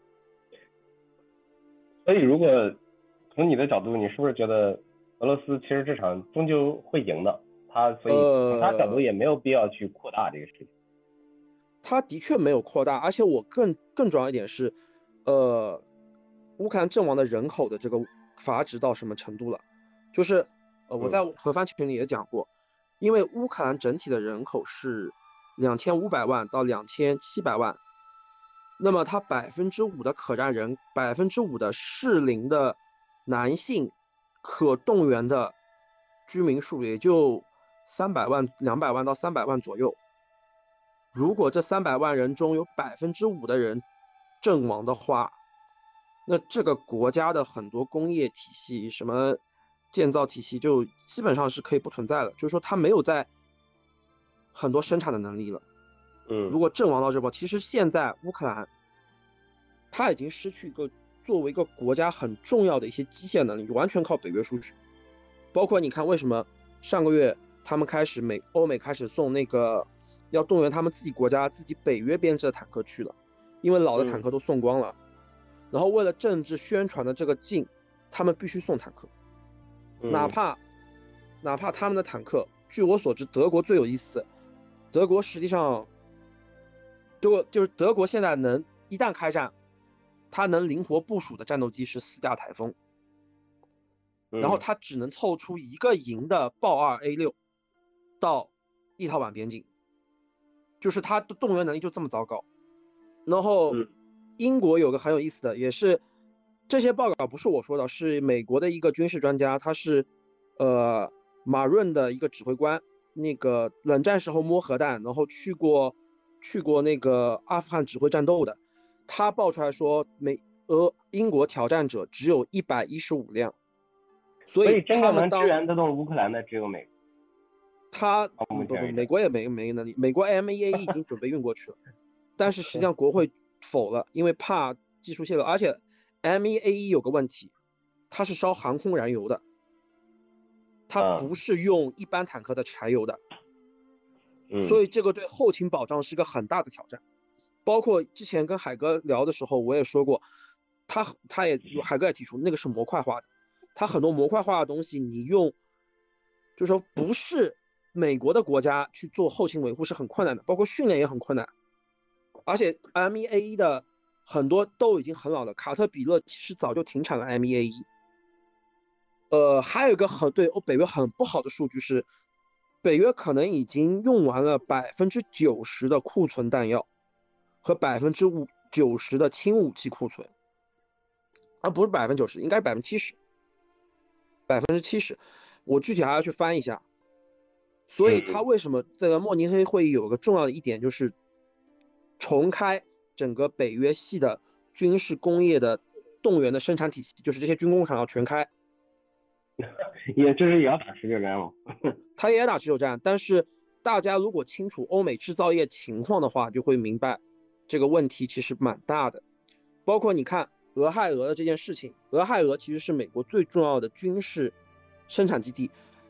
Speaker 1: 所以如果从你的角度，你是不是觉得俄罗斯其实这场终究会赢的？他所以从他角度也没有必要去扩大这个事情。
Speaker 2: 他的确没有扩大，而且我更更重要一点是，呃，乌克兰阵亡的人口的这个阀值到什么程度了？就是呃我在核番群里也讲过，因为乌克兰整体的人口是两千五百万到两千七百万。那么它百分之五的可战人，百分之五的适龄的男性可动员的居民数也就三百万、两百万到三百万左右。如果这三百万人中有百分之五的人阵亡的话，那这个国家的很多工业体系、什么建造体系就基本上是可以不存在了，就是说它没有在很多生产的能力了。
Speaker 1: 嗯，
Speaker 2: 如果阵亡到这波，其实现在乌克兰，它已经失去一个作为一个国家很重要的一些机械能力，完全靠北约输出。包括你看，为什么上个月他们开始美欧美开始送那个要动员他们自己国家自己北约编制的坦克去了，因为老的坦克都送光了。嗯、然后为了政治宣传的这个劲，他们必须送坦克，
Speaker 1: 嗯、
Speaker 2: 哪怕哪怕他们的坦克，据我所知，德国最有意思，德国实际上。就就是德国现在能一旦开战，它能灵活部署的战斗机是四架台风，然后它只能凑出一个营的豹二 A 六到立陶宛边境，就是它的动员能力就这么糟糕。然后英国有个很有意思的，也是这些报告不是我说的，是美国的一个军事专家，他是呃马润的一个指挥官，那个冷战时候摸核弹，然后去过。去过那个阿富汗指挥战斗的，他爆出来说美俄英国挑战者只有一百一十五辆，所以
Speaker 1: 真正能支援得动乌克兰的只有美国。
Speaker 2: 他不不美国也没没能力，美国 M E A E 已经准备运过去了，但是实际上国会否了，因为怕技术泄露，而且 M E A E 有个问题，它是烧航空燃油的，它不是用一般坦克的柴油的。所以这个对后勤保障是一个很大的挑战，包括之前跟海哥聊的时候，我也说过，他他也海哥也提出那个是模块化的，他很多模块化的东西，你用就是说不是美国的国家去做后勤维护是很困难的，包括训练也很困难，而且 M E A E 的很多都已经很老了，卡特彼勒其实早就停产了 M E A E。呃，还有一个很对欧北约很不好的数据是。北约可能已经用完了百分之九十的库存弹药和百分之五九十的轻武器库存，而不是百分之九十，应该是百分之七十，百分之七十。我具体还要去翻一下。所以他为什么这个慕尼黑会议有个重要的一点就是重开整个北约系的军事工业的动员的生产体系，就是这些军工厂要全开。
Speaker 1: 也就是也要打持久战了，
Speaker 2: 他也打持久战，但是大家如果清楚欧美制造业情况的话，就会明白这个问题其实蛮大的。包括你看俄亥俄的这件事情，俄亥俄其实是美国最重要的军事生产基地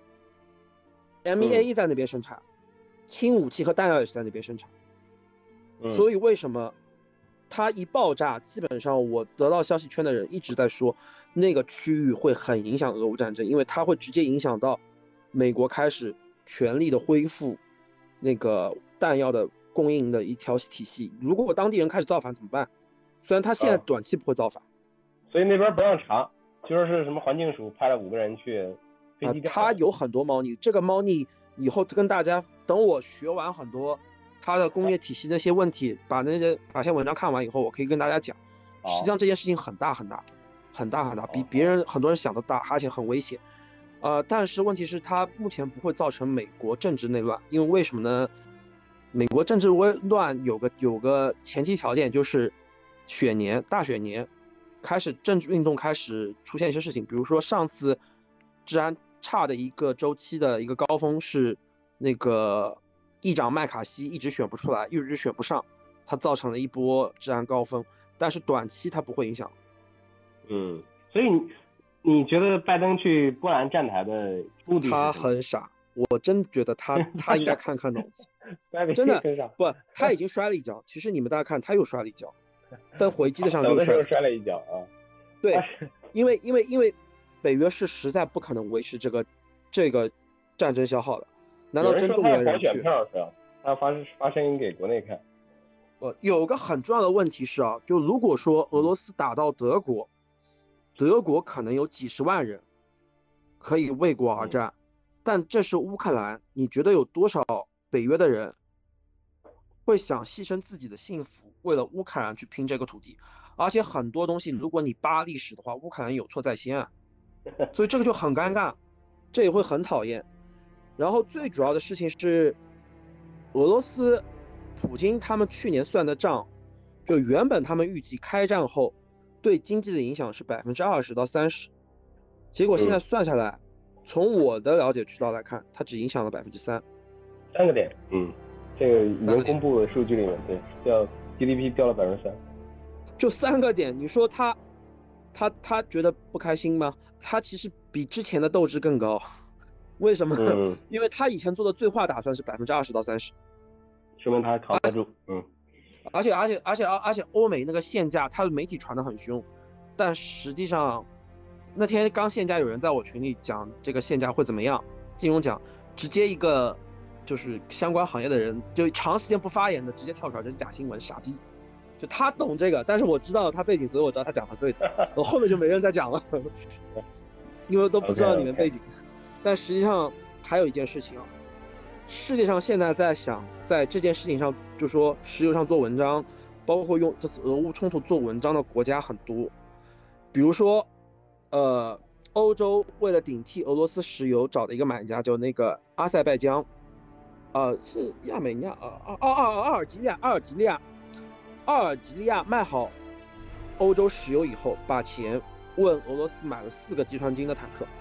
Speaker 2: ，M E A E 在那边生产，轻武器和弹药也是在那边生产，所以为什么它一爆炸，基本上我得到消息圈的人一直在说。那个区域会很影响俄乌战争，因为它会直接影响到美国开始全力的恢复那个弹药的供应的一条体系。如果当地人开始造反怎么办？虽然他现在短期不会造反，
Speaker 1: 呃、所以那边不让查， 就说是什么环境署派了五个人去飞机、
Speaker 2: 呃。他有很多猫腻，这个猫腻以后跟大家等我学完很多他的工业体系那些问题，把那些把些文章看完以后，我可以跟大家讲。实际上这件事情很大很大很大很大，比别人很多人想的大，而且很危险。呃，但是问题是它目前不会造成美国政治内乱，因为为什么呢？美国政治危乱有个有个前提条件，就是选年大选年开始政治运动开始出现一些事情，比如说上次治安差的一个周期的一个高峰是那个议长麦卡锡一直选不出来，一直选不上，它造成了一波治安高峰，但是短期它不会影响。
Speaker 1: 嗯，所以你你觉得拜登去波兰站台的目的是什么？
Speaker 2: 他很傻，我真觉得他他应该看看脑子。真的不，他已经摔了一跤。其实你们大家看，他又摔了一跤，但回击的上又
Speaker 1: 摔摔了一跤啊。
Speaker 2: 对，因为因为因为北约是实在不可能维持这个这个战争消耗的。难道真动员人去？
Speaker 1: 有人说他要跑选票是吧？他要发发声音给国内看。
Speaker 2: 呃，有个很重要的问题是啊，就如果说俄罗斯打到德国，德国可能有几十万人可以为国而战，但这是乌克兰，你觉得有多少北约的人会想牺牲自己的幸福，为了乌克兰去拼这个土地？而且很多东西，如果你扒历史的话，乌克兰有错在先啊，所以这个就很尴尬，这也会很讨厌。然后最主要的事情是，俄罗斯普京他们去年算的账，就原本他们预计开战后对经济的影响是百分之二十到三十，结果现在算下来，嗯、从我的了解渠道来看，它只影响了百分之三。
Speaker 1: 三个点，嗯，这个已经公布的数据里面，对，掉 G D P 掉了百分之三，
Speaker 2: 就三个点，你说他，他他觉得不开心吗？他其实比之前的斗志更高，为什么？嗯、因为他以前做的最坏打算是百分之二十到三十，
Speaker 1: 说明他扛得住，嗯。
Speaker 2: 而且而且而且而且欧美那个限价，它的媒体传得很凶，但实际上那天刚限价，有人在我群里讲这个限价会怎么样，金融讲直接一个就是相关行业的人就长时间不发言的直接跳出来，这是假新闻，傻逼。就他懂这个，但是我知道他背景，所以我知道他讲的对的。我后面就没人再讲了，因为都不知道你们背景。Okay, okay. 但实际上还有一件事情啊。世界上现在在想在这件事情上，就说石油上做文章，包括用这次俄乌冲突做文章的国家很多，比如说，呃，欧洲为了顶替俄罗斯石油找的一个买家，就那个阿塞拜疆，呃，是亚美尼亚，啊啊啊啊，阿尔及利亚，阿尔及利亚，阿尔及利亚卖好欧洲石油以后，把钱问俄罗斯买了四个集团军的坦克。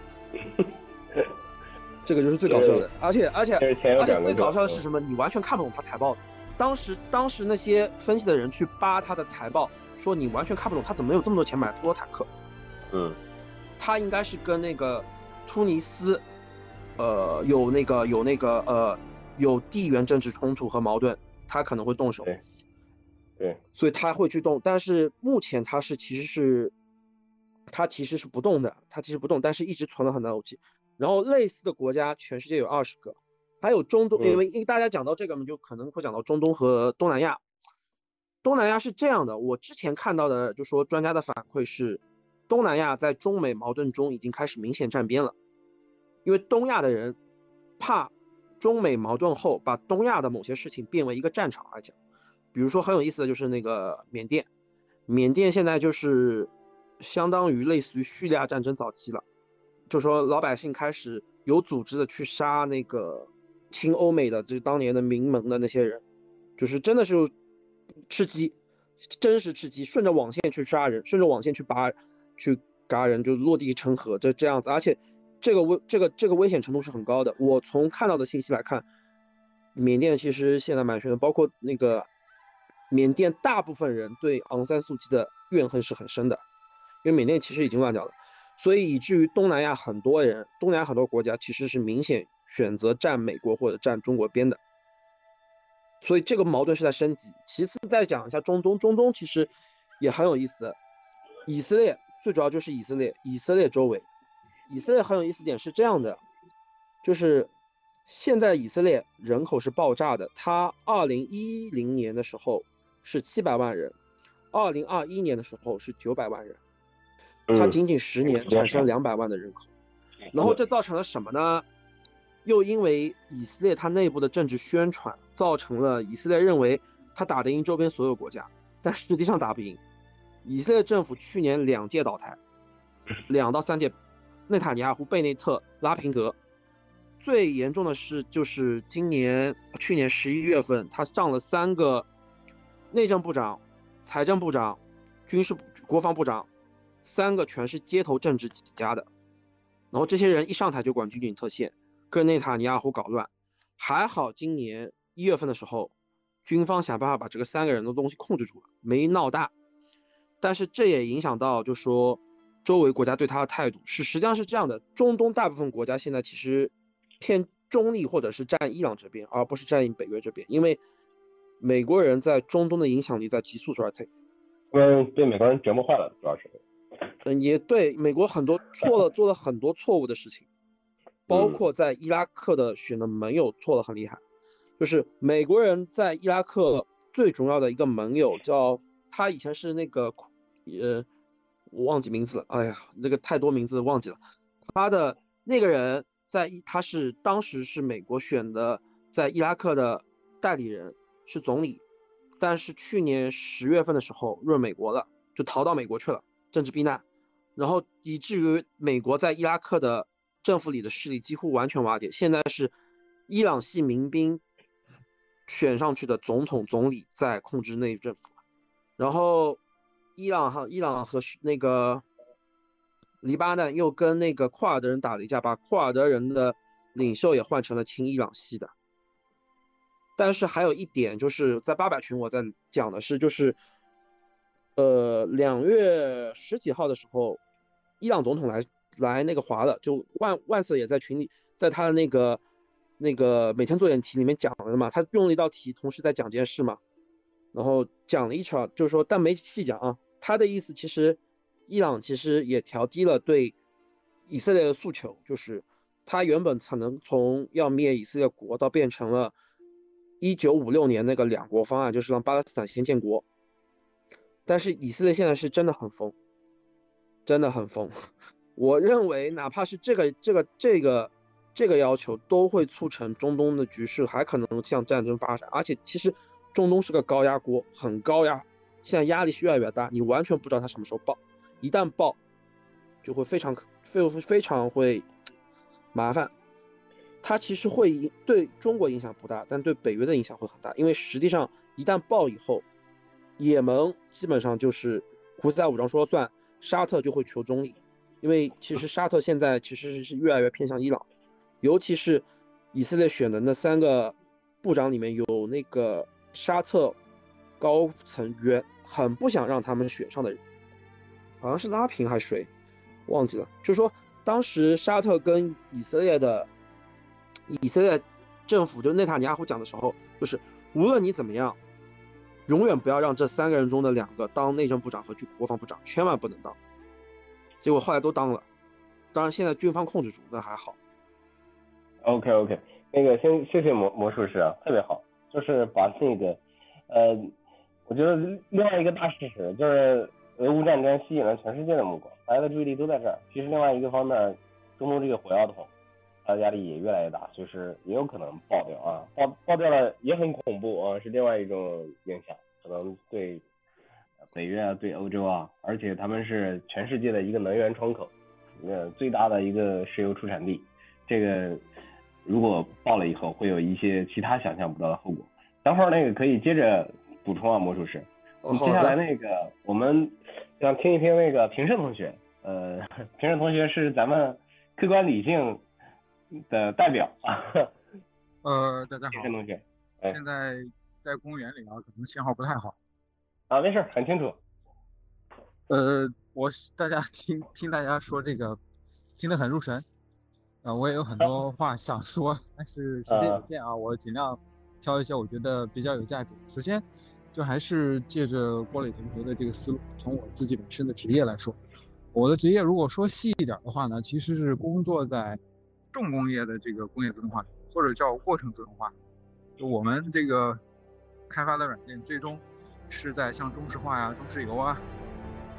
Speaker 2: 这个就是最搞笑的，而且而且而且最搞笑的是什么？你完全看不懂他财报。当时当时那些分析的人去扒他的财报，说你完全看不懂他怎么有这么多钱买这么多坦克。
Speaker 1: 嗯，
Speaker 2: 他应该是跟那个突尼斯，呃，有那个有那个呃有地缘政治冲突和矛盾，他可能会动手。
Speaker 1: 对，对，
Speaker 2: 所以他会去动，但是目前他是其实是，他其实是不动的，他其实不动，但是一直存了很多武器。然后类似的国家，全世界有二十个，还有中东，因为因为大家讲到这个，我们就可能会讲到中东和东南亚。东南亚是这样的，我之前看到的，就说专家的反馈是，东南亚在中美矛盾中已经开始明显站边了，因为东亚的人怕中美矛盾后把东亚的某些事情变为一个战场来讲，比如说很有意思的就是那个缅甸，缅甸现在就是相当于类似于叙利亚战争早期了。就说老百姓开始有组织的去杀那个亲欧美的这当年的民盟的那些人，就是真的是吃鸡，真实吃鸡，顺着网线去杀人，顺着网线去拔去嘎人，就落地成盒，这这样子。而且这个危这个这个危险程度是很高的。我从看到的信息来看，缅甸其实现在蛮凶的，包括那个缅甸大部分人对昂山素季的怨恨是很深的，因为缅甸其实已经乱掉了。所以以至于东南亚很多人，东南亚很多国家其实是明显选择站美国或者站中国边的，所以这个矛盾是在升级。其次再讲一下中东，中东其实也很有意思，以色列最主要就是以色列，以色列周围，以色列很有意思点是这样的，就是现在以色列人口是爆炸的，它二零一零年的时候是七百万人，二零二一年的时候是九百万人。 它仅仅十年产生两百万的人口，然后这造成了什么呢？又因为以色列它内部的政治宣传，造成了以色列认为他打得赢周边所有国家，但实际上打不赢。以色列政府去年两届倒台，两到三届，内塔尼亚胡、贝内特、拉平德。最严重的是，就是今年去年十一月份，他上了三个内政部长、财政部长、军事国防部长，三个全是街头政治起家的。然后这些人一上台就管军警特线，跟内塔尼亚胡搞乱。还好今年一月份的时候，军方想办法把这个三个人的东西控制住了，没闹大。但是这也影响到，就说周围国家对他的态度是，实际上是这样的：中东大部分国家现在其实偏中立，或者是站伊朗这边，而不是站北约这边，因为美国人在中东的影响力在急速衰退。
Speaker 1: 嗯，被美国人折磨坏了，主要是。
Speaker 2: 嗯，也对，美国很多错了，做了很多错误的事情，包括在伊拉克的选的盟友错了很厉害。就是美国人在伊拉克最重要的一个盟友叫，他以前是那个呃，我忘记名字了，哎呀，那个太多名字忘记了。他的那个人在他是当时是美国选的在伊拉克的代理人，是总理，但是去年十月份的时候润美国了，就逃到美国去了，政治避难，然后以至于美国在伊拉克的政府里的势力几乎完全瓦解。现在是伊朗系民兵选上去的总统总理在控制内政府，然后伊朗和伊朗和那个黎巴嫩又跟那个库尔德人打了一架，把库尔德人的领袖也换成了亲伊朗系的。但是还有一点就是在八百群我在讲的是，就是呃两月十几号的时候，伊朗总统来来那个华了，就万万瑟也在群里，在他的那个那个每天做点题里面讲了嘛，他用了一道题，同时在讲件事嘛，然后讲了一场，就是说但没细讲啊，他的意思其实伊朗其实也调低了对以色列的诉求，就是他原本可能从要灭以色列国到变成了一九五六年那个两国方案，就是让巴勒斯坦先建国。但是以色列现在是真的很疯，真的很疯。我认为哪怕是这个这个这个这个要求，都会促成中东的局势还可能向战争发展。而且其实中东是个高压锅，很高压，现在压力是越来越大，你完全不知道它什么时候爆，一旦爆就会非常非非常会麻烦。它其实会对中国影响不大，但对北约的影响会很大，因为实际上一旦爆以后，也门基本上就是胡塞武装说了算，沙特就会求中立，因为其实沙特现在其实是越来越偏向伊朗，尤其是以色列选的那三个部长里面有那个沙特高层员很不想让他们选上的人，好像是拉平还是谁忘记了，就是说当时沙特跟以色列的以色列政府就内塔尼亚胡讲的时候，就是无论你怎么样，永远不要让这三个人中的两个当内政部长和国防部长，千万不能当。结果后来都当了，当然现在军方控制住，那还好。
Speaker 1: OK OK， 那个先谢谢魔魔术师啊，特别好，就是把那个呃，我觉得另外一个大事实就是俄乌战争吸引了全世界的目光，大家的注意力都在这儿。其实另外一个方面，中东这个火药桶，它的压力也越来越大，就是也有可能爆掉啊，爆爆掉了也很恐怖啊，是另外一种影响，可能对北约啊，对欧洲啊，而且他们是全世界的一个能源窗口，呃，最大的一个石油出产地，这个如果爆了以后，会有一些其他想象不到的后果。等会儿那个可以接着补充啊，魔术师。接下来那个我们想听一听那个平胜同学，呃，平胜同学是咱们客观理性的代表啊。
Speaker 5: 呃，大家好。
Speaker 1: 平胜同学，
Speaker 5: 哎、现在在公园里啊，可能信号不太好。
Speaker 1: 啊，没事，很清楚。
Speaker 5: 呃，我大家听听大家说这个，听得很入神。啊、呃，我也有很多话想说，但是时间有限啊，我尽量挑一些我觉得比较有价值。首先，就还是借着郭磊同学的这个思路，从我自己本身的职业来说，我的职业如果说细一点的话呢，其实是工作在重工业的这个工业自动化，或者叫过程自动化。就我们这个开发的软件，最终是在像中石化呀、中石油啊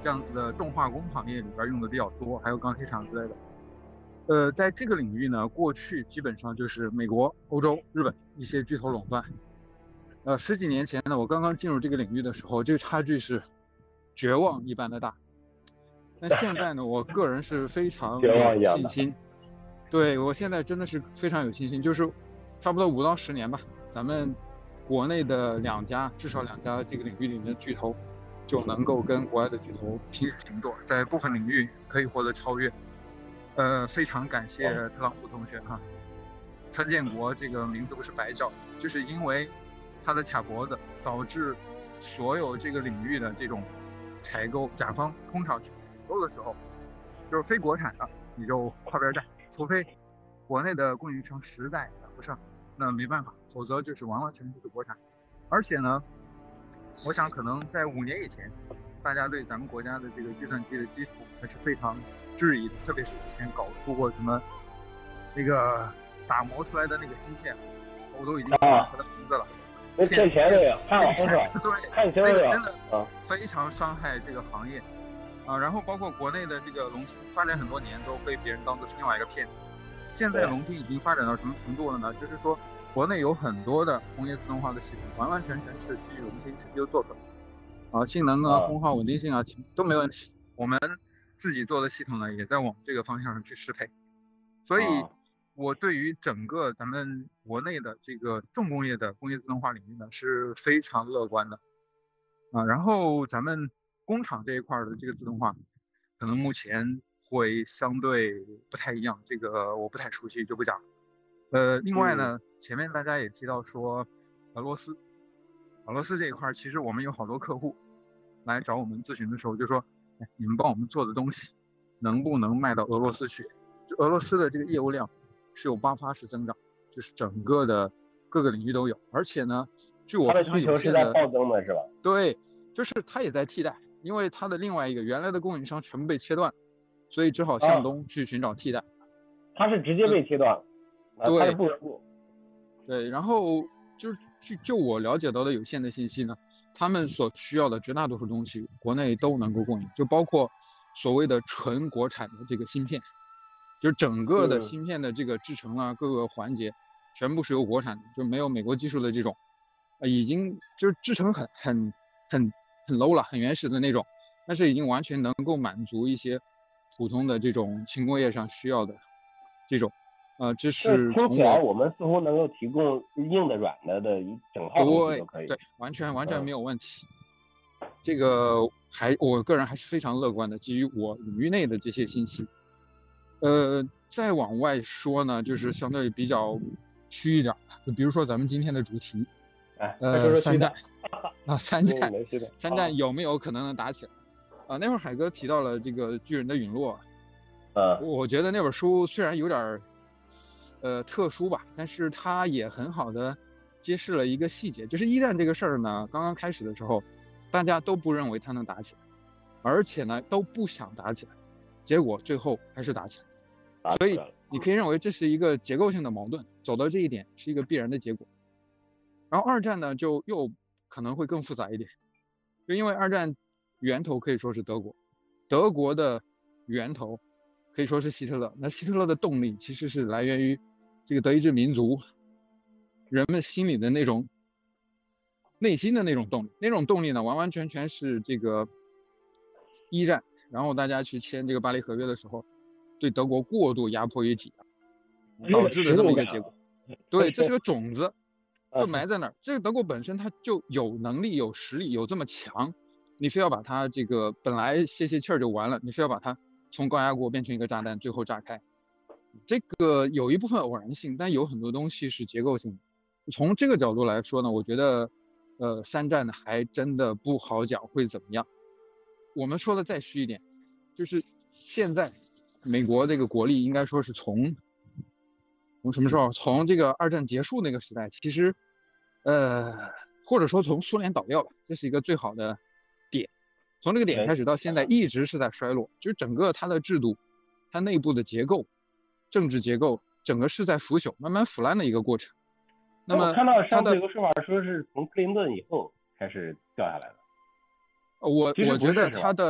Speaker 5: 这样子的重化工行业里边用的比较多，还有钢铁厂之类的。呃，在这个领域呢，过去基本上就是美国、欧洲、日本一些巨头垄断。呃，十几年前呢，我刚刚进入这个领域的时候，这个差距是绝望一般的大。那现在呢，我个人是非常有信心。对，我现在真的是非常有信心，就是差不多五到十年吧，咱们国内的两家，至少两家这个领域里面的巨头，就能够跟国外的巨头平起平坐，在部分领域可以获得超越。呃，非常感谢特朗普同学哈，川建国这个名字不是白叫，就是因为他的卡脖子，导致所有这个领域的这种采购，甲方通常去采购的时候，就是非国产的你就靠边站，除非国内的供应商实在赶不上，那没办法，否则就是完完全全是国产。而且呢，我想可能在五年以前，大家对咱们国家的这个计算机的基础还是非常质疑的，特别是之前搞出过什么那个打磨出来的那个芯片，我都已经忘了它的名字了。
Speaker 1: 那骗钱的呀，看
Speaker 5: 钱对，
Speaker 1: 看钱
Speaker 5: 的
Speaker 1: 呀，
Speaker 5: 真的非常伤害这个行业啊。然后包括国内的这个龙芯发展很多年都被别人当作是另外一个骗子。现在龙芯已经发展到什么程度了呢？就是说国内有很多的工业自动化的系统，完完全全是基于龙芯 C P U 做出来的啊，性能啊、功耗稳定性啊都没问题。我们自己做的系统呢，也在往这个方向上去适配。所以我对于整个咱们国内的这个重工业的工业自动化领域呢，是非常乐观的啊。然后咱们工厂这一块的这个自动化，可能目前会相对不太一样，这个我不太熟悉就不讲。呃，另外呢，前面大家也提到说俄罗斯，俄罗斯这一块其实我们有好多客户来找我们咨询的时候就说，哎，你们帮我们做的东西能不能卖到俄罗斯去？就俄罗斯的这个业务量是有爆发式增长，就是整个的各个领域都有，而且呢，据我非常有限的，
Speaker 1: 它的需求是在暴增的是吧？
Speaker 5: 对，就是它也在替代，因为它的另外一个原来的供应商全部被切断，所以只好向东去寻找替代。
Speaker 1: 它是直接被切断，
Speaker 5: 对，
Speaker 1: 它是不得不。
Speaker 5: 对，然后就就就我了解到的有限的信息呢，他们所需要的绝大多数东西，国内都能够供应，就包括所谓的纯国产的这个芯片。就整个的芯片的这个制成啊，各个环节全部是由国产的，就没有美国技术的这种，呃，已经就是制成很很很很 low 了，很原始的那种，但是已经完全能够满足一些普通的这种轻工业上需要的这种，呃，这是
Speaker 1: 听起来我们似乎能够提供硬的、软的的一整套东西都可以，
Speaker 5: 对，完全完全没有问题。嗯、这个还我个人还是非常乐观的，基于我领域内的这些信息。呃，再往外说呢，就是相对比较虚一点，就比如说咱们今天的主题，
Speaker 1: 哎，
Speaker 5: 呃，三战啊，三战，
Speaker 1: 嗯、
Speaker 5: 三战有没有可能能打起来？啊，那会儿海哥提到了这个巨人的陨落，
Speaker 1: 呃，
Speaker 5: 我觉得那本书虽然有点呃特殊吧，但是它也很好的揭示了一个细节，就是一战这个事儿呢，刚刚开始的时候，大家都不认为它能打起来，而且呢都不想打起来，结果最后还是打起来。所以你可以认为这是一个结构性的矛盾，走到这一点是一个必然的结果。然后二战呢，就又可能会更复杂一点，就因为二战源头可以说是德国，德国的源头可以说是希特勒。那希特勒的动力其实是来源于这个德意志民族人们心里的那种内心的那种动力，那种动力呢，完完全全是这个一战，然后大家去签这个巴黎合约的时候，对德国过度压迫与挤压导致的这么一个结果。对，这是个种子，就埋在那儿。这个德国本身它就有能力、有实力、有这么强，你非要把它这个本来泄泄气儿就完了，你非要把它从高压锅变成一个炸弹，最后炸开。这个有一部分偶然性，但有很多东西是结构性的。从这个角度来说呢，我觉得，呃，三战还真的不好讲会怎么样。我们说的再虚一点，就是现在。美国这个国力应该说是从从什么时候？从这个二战结束那个时代，其实，呃，或者说从苏联倒掉吧，这是一个最好的点。从这个点开始到现在，一直是在衰落，就是整个它的制度、它内部的结构、政治结构，整个是在腐朽、慢慢腐烂的一个过程。那么
Speaker 1: 我看到上次有个说法说是从克林顿以后开始掉下来的。
Speaker 5: 我我觉得它的。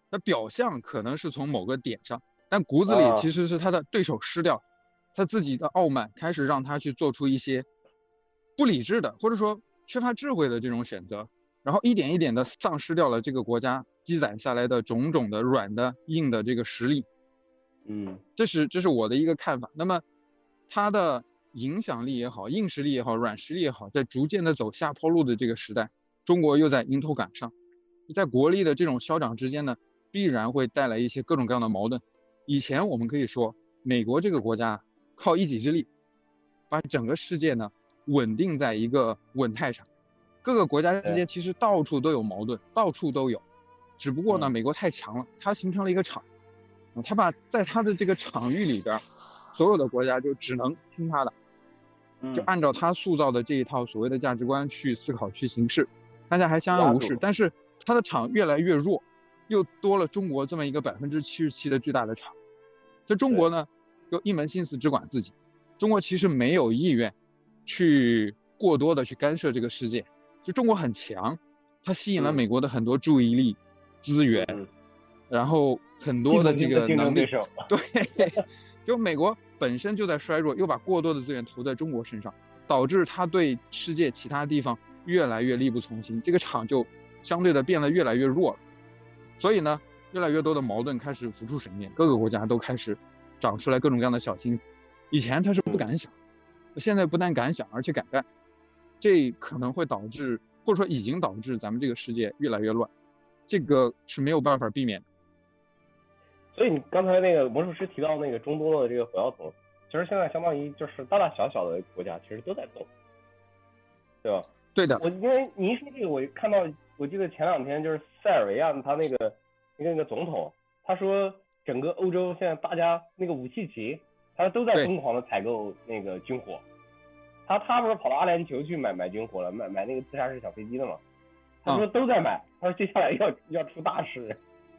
Speaker 5: 它表象可能是从某个点上，但骨子里其实是他的对手失掉，他自己的傲慢开始让他去做出一些不理智的或者说缺乏智慧的这种选择，然后一点一点的丧失掉了这个国家积攒下来的种种的软的硬的这个实力。
Speaker 1: 嗯，
Speaker 5: 这是这是我的一个看法。那么它的影响力也好，硬实力也好，软实力也好，在逐渐的走下坡路的这个时代，中国又在迎头赶上，在国力的这种消长之间呢，必然会带来一些各种各样的矛盾。以前我们可以说，美国这个国家靠一己之力，把整个世界呢稳定在一个稳态上。各个国家之间其实到处都有矛盾，到处都有，只不过呢，美国太强了，它形成了一个场，它把在它的这个场域里边，所有的国家就只能听它的，就按照它塑造的这一套所谓的价值观去思考去行事，大家还相安无事。但是它的场越来越弱，又多了中国这么一个百分之七十七的巨大的场，这中国呢又一门心思只管自己，中国其实没有意愿去过多的去干涉这个世界。就中国很强，它吸引了美国的很多注意力、资源，然后很多的这个能力。对，就美国本身就在衰弱，又把过多的资源投在中国身上，导致它对世界其他地方越来越力不从心，这个场就相对的变得越来越弱了。所以呢，越来越多的矛盾开始浮出水面，各个国家都开始长出来各种各样的小心思。以前他是不敢想，现在不但敢想，而且敢干。这可能会导致，或者说已经导致咱们这个世界越来越乱，这个是没有办法避免的。
Speaker 1: 所以你刚才那个魔术师提到那个中东的这个火药桶，其实现在相当于就是大大小小的国家其实都在动，对吧？
Speaker 5: 对的。
Speaker 1: 我因为你一说这个，我看到我记得前两天就是塞尔维亚他那个那个那个总统，他说整个欧洲现在大家那个武器企，他都在疯狂的采购那个军火。他他不是跑到阿联酋去买买军火了，买买那个自杀式小飞机了吗？他说都在买，嗯、他说接下来要要出大事。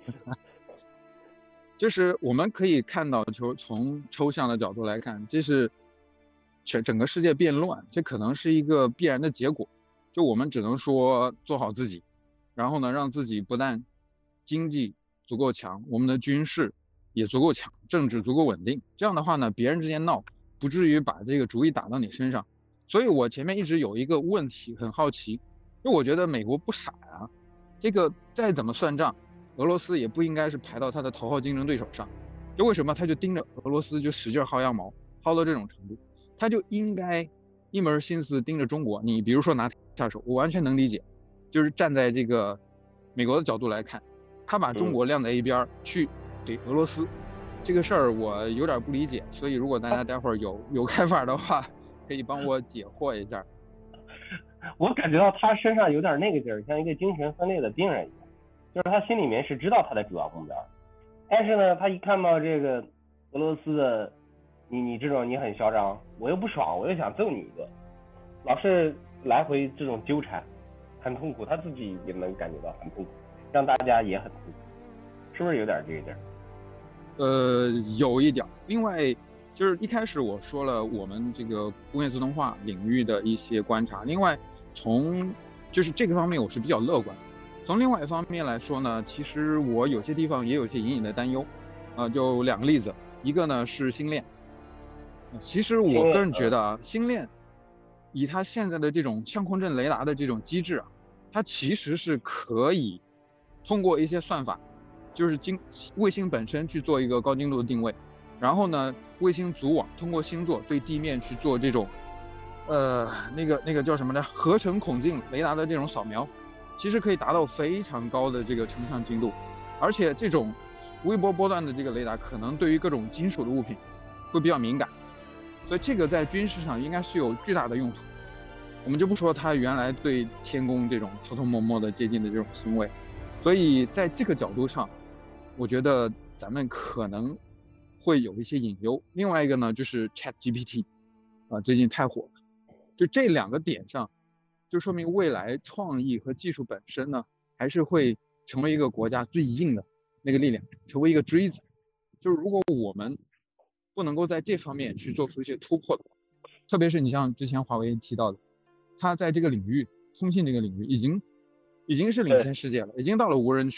Speaker 5: 就是我们可以看到，就从抽象的角度来看，这是全整个世界变乱，这可能是一个必然的结果。就我们只能说做好自己，然后呢，让自己不但经济足够强，我们的军事也足够强，政治足够稳定。这样的话呢，别人之间闹不至于把这个主意打到你身上。所以我前面一直有一个问题很好奇，就我觉得美国不傻啊，这个再怎么算账，俄罗斯也不应该是排到他的头号竞争对手上。就为什么他就盯着俄罗斯就使劲薅羊毛，薅到这种程度？他就应该一门心思盯着中国。你比如说拿下手，我完全能理解，就是站在这个美国的角度来看，他把中国晾在一边去怼俄罗斯，这个事儿我有点不理解。所以如果大家待会儿有有看法的话，可以帮我解惑一下。
Speaker 1: 我感觉到他身上有点那个劲儿，像一个精神分裂的病人一样，就是他心里面是知道他的主要目标，但是呢，他一看到这个俄罗斯的你你这种你很嚣张，我又不爽，我又想揍你一个，老是来回这种纠缠，很痛苦，他自己也能感觉到很痛苦，让大家也很痛苦，是不是有点这个劲儿？
Speaker 5: 呃，有一点。另外就是一开始我说了我们这个工业自动化领域的一些观察，另外从就是这个方面我是比较乐观。从另外一方面来说呢，其实我有些地方也有些隐隐的担忧，啊、呃，就两个例子，一个呢是星链，其实我个人觉得啊，星链以它现在的这种相控阵雷达的这种机制啊，它其实是可以通过一些算法，就是经卫星本身去做一个高精度的定位。然后呢，卫星组网通过星座对地面去做这种，呃，那个那个叫什么呢？合成孔径雷达的这种扫描，其实可以达到非常高的这个成像精度，而且这种微波波段的这个雷达可能对于各种金属的物品会比较敏感，所以这个在军事上应该是有巨大的用途。我们就不说它原来对天宫这种偷偷摸摸的接近的这种行为，所以在这个角度上，我觉得咱们可能会有一些隐忧。另外一个呢，就是 Chat G P T 啊，最近太火了。就这两个点上，就说明未来创意和技术本身呢，还是会成为一个国家最硬的那个力量，成为一个锥子。就是如果我们不能够在这方面去做出一些突破的话，特别是你像之前华为提到的，它在这个领域，通信这个领域已经已经是领先世界了，已经到了无人区。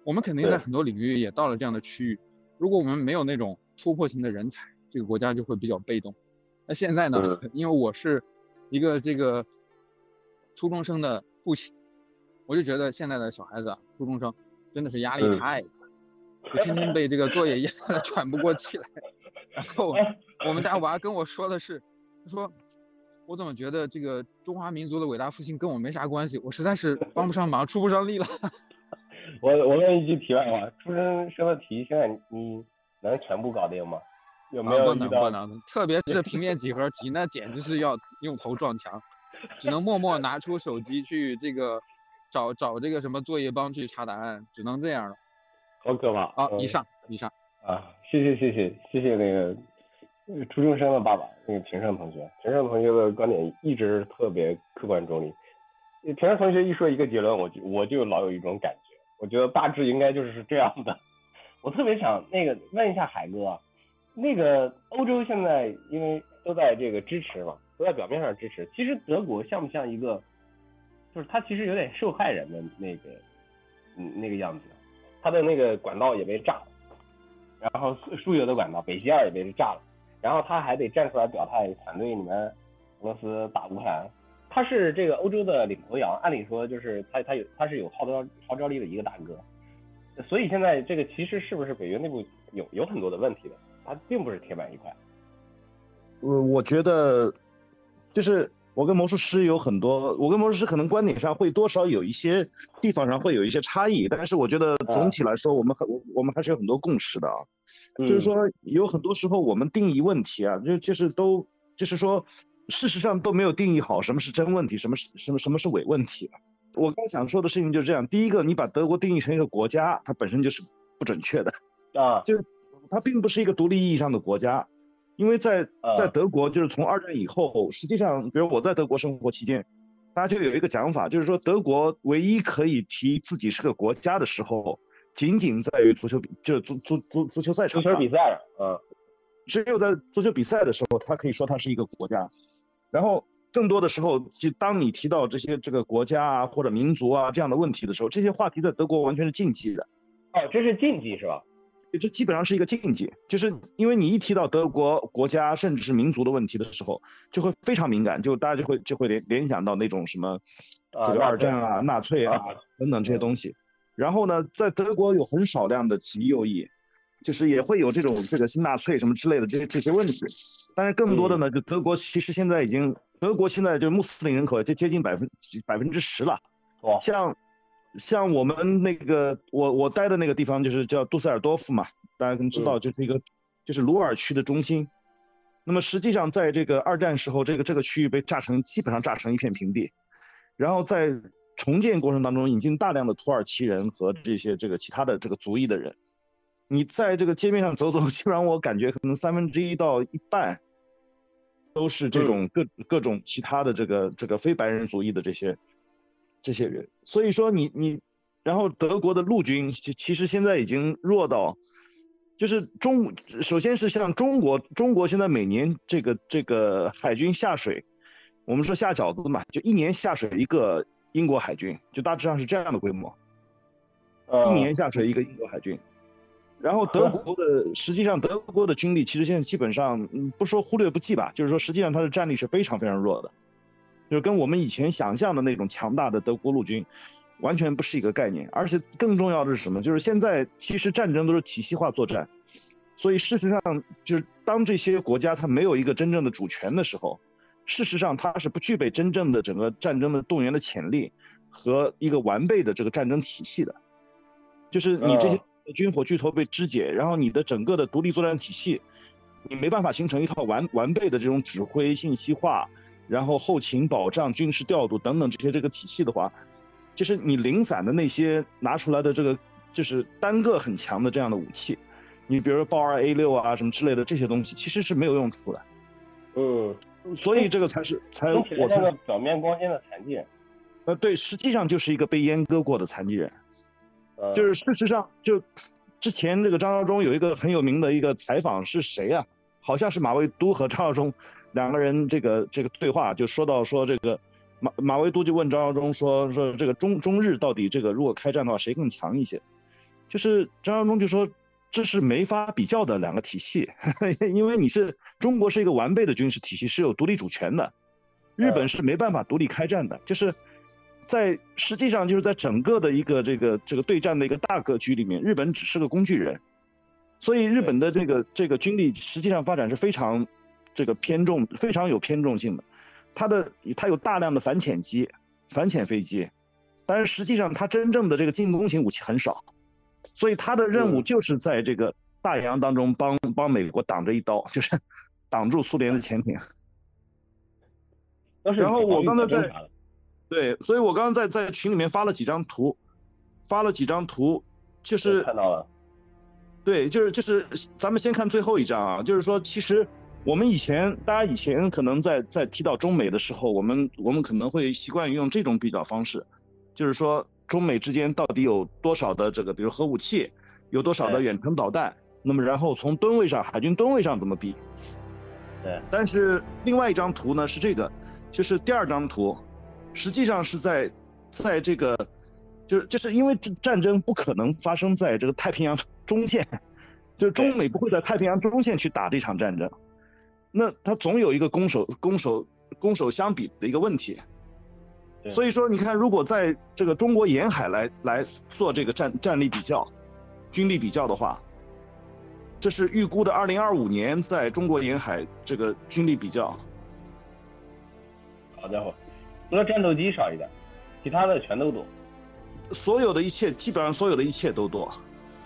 Speaker 5: 我们肯定在很多领域也到了这样的区域。如果我们没有那种突破性的人才，这个国家就会比较被动。那现在呢，因为我是一个这个初中生的父亲，我就觉得现在的小孩子啊，初中生真的是压力太大，就天天被这个作业压得喘不过气来。然后我们家娃跟我说的是，他说我怎么觉得这个中华民族的伟大复兴跟我没啥关系，我实在是帮不上忙，出不上力了。
Speaker 1: 我我问一句题外话，初中生的题现在你能全部搞定吗？有没有
Speaker 5: 啊、不能不能，特别是平面几何题，那简直是要用头撞墙，只能默默拿出手机去这个找找这个什么作业帮去查答案，只能这样了。
Speaker 1: 好可怕
Speaker 5: 啊！以上以上
Speaker 1: 啊，谢谢谢谢谢谢那个初中生的爸爸，那个平胜同学，平胜同学的观点一直特别客观中立。平胜同学一说一个结论，我就我就老有一种感觉，我觉得大致应该就是这样的。我特别想那个问一下海哥，那个欧洲现在因为都在这个支持嘛，都在表面上支持，其实德国像不像一个，就是他其实有点受害人的那个嗯那个样子，他的那个管道也被炸了，然后输油的管道北溪二也被炸了，然后他还得站出来表态反对你们俄罗斯打乌克兰。他是这个欧洲的领头羊，按理说就是他他有他是有号召号召力的一个大哥，所以现在这个其实是不是北约内部有有很多的问题的，它并不是铁板一块。
Speaker 8: 呃，我觉得就是我跟魔术师有很多，我跟魔术师可能观点上会多少有一些地方上会有一些差异，但是我觉得总体来说我们很、嗯、我们还是有很多共识的啊，嗯、就是说有很多时候我们定义问题啊，就就是都就是说。事实上都没有定义好什么是真问题，什么是什么什么是伪问题。我刚想说的事情就是这样：第一个，你把德国定义成一个国家，它本身就是不准确的
Speaker 1: 啊，
Speaker 8: 就是它并不是一个独立意义上的国家，因为在在德国，就是从二战以后，实际上，比如我在德国生活期间，大家就有一个讲法，就是说德国唯一可以提自己是个国家的时候，仅仅在于足球，就是足足足足球赛场，
Speaker 1: 足球比赛了，嗯，
Speaker 8: 只有在足球比赛的时候，他可以说它是一个国家。然后更多的时候，其实当你提到这些这个国家啊或者民族啊这样的问题的时候，这些话题在德国完全是禁忌的。
Speaker 1: 哦，这是禁忌是吧？
Speaker 8: 这基本上是一个禁忌，就是因为你一提到德国国家甚至是民族的问题的时候，就会非常敏感，就大家就会就会联联想到那种什么这个二战啊、纳粹啊等等这些东西。然后呢，在德国有很少量的极右翼。就是也会有这种这个新纳粹什么之类的这些这些问题，但是更多的呢，就德国其实现在已经，德国现在就穆斯林人口就接近百分百分之十了。
Speaker 1: 哦，
Speaker 8: 像像我们那个我我待的那个地方就是叫杜塞尔多夫嘛，大家可能知道，就是一个就是鲁尔区的中心。那么实际上在这个二战时候，这个这个区域被炸成基本上炸成一片平地，然后在重建过程当中引进大量的土耳其人和这些这个其他的这个族裔的人。你在这个街面上走走，基本上我感觉可能三分之一到一半都是这种各、嗯、各种其他的这个这个非白人族裔的这些这些人。所以说你你，然后德国的陆军其实现在已经弱到，就是中首先是像中国中国现在每年这个这个海军下水，我们说下饺子嘛，就一年下水一个英国海军，就大致上是这样的规模，
Speaker 1: 呃、
Speaker 8: 一年下水一个英国海军。然后德国的实际上德国的军力其实现在基本上不说忽略不计吧，就是说实际上它的战力是非常非常弱的，就是跟我们以前想象的那种强大的德国陆军完全不是一个概念。而且更重要的是什么，就是现在其实战争都是体系化作战，所以事实上就是当这些国家它没有一个真正的主权的时候，事实上它是不具备真正的整个战争的动员的潜力和一个完备的这个战争体系的。就是你这些军火巨头被肢解，然后你的整个的独立作战体系，你没办法形成一套完完备的这种指挥信息化，然后后勤保障、军事调度等等这些这个体系的话，就是你零散的那些拿出来的这个就是单个很强的这样的武器，你比如说豹二 A 六啊什么之类的这些东西，其实是没有用出来。
Speaker 1: 嗯，
Speaker 8: 所以这个才是才我
Speaker 1: 才表面光鲜的残疾人。
Speaker 8: 呃，对，实际上就是一个被阉割过的残疾人。就是事实上，就之前这个张召忠有一个很有名的一个采访是谁啊？好像是马未都和张召忠两个人这个这个对话，就说到说这个马马未都就问张召忠说说这个中中日到底这个如果开战的话谁更强一些？ 就是张召忠就说这是没法比较的两个体系，因为你是中国是一个完备的军事体系，是有独立主权的，日本是没办法独立开战的，就是在实际上就是在整个的一个这个这个对战的一个大格局里面，日本只是个工具人，所以日本的这个这个军力实际上发展是非常这个偏重，非常有偏重性的，它的它有大量的反潜机、反潜飞机，但是实际上它真正的这个进攻型武器很少，所以它的任务就是在这个大洋当中帮帮美国挡着一刀，就是挡住苏联的潜艇。然后我刚才在对，所以我刚刚在在群里面发了几张图，发了几张图，就是
Speaker 1: 看到了。
Speaker 8: 对，就是就是咱们先看最后一张啊，就是说其实我们以前大家以前可能在在提到中美的时候，我们我们可能会习惯于用这种比较方式，就是说中美之间到底有多少的这个，比如核武器，有多少的远程导弹，那么然后从吨位上，海军吨位上怎么比？
Speaker 1: 对。
Speaker 8: 但是另外一张图呢是这个，就是第二张图，实际上是在在这个，就是就是因为战争不可能发生在这个太平洋中线，就是中美不会在太平洋中线去打这场战争，那它总有一个攻守攻守攻守相比的一个问题。所以说，你看，如果在这个中国沿海来来做这个战战力比较、军力比较的话，这是预估的二零二五年在中国沿海这个军力比较。
Speaker 1: 好家伙，除了战斗机少一点，其他的全都多。
Speaker 8: 所有的一切，基本上所有的一切都多，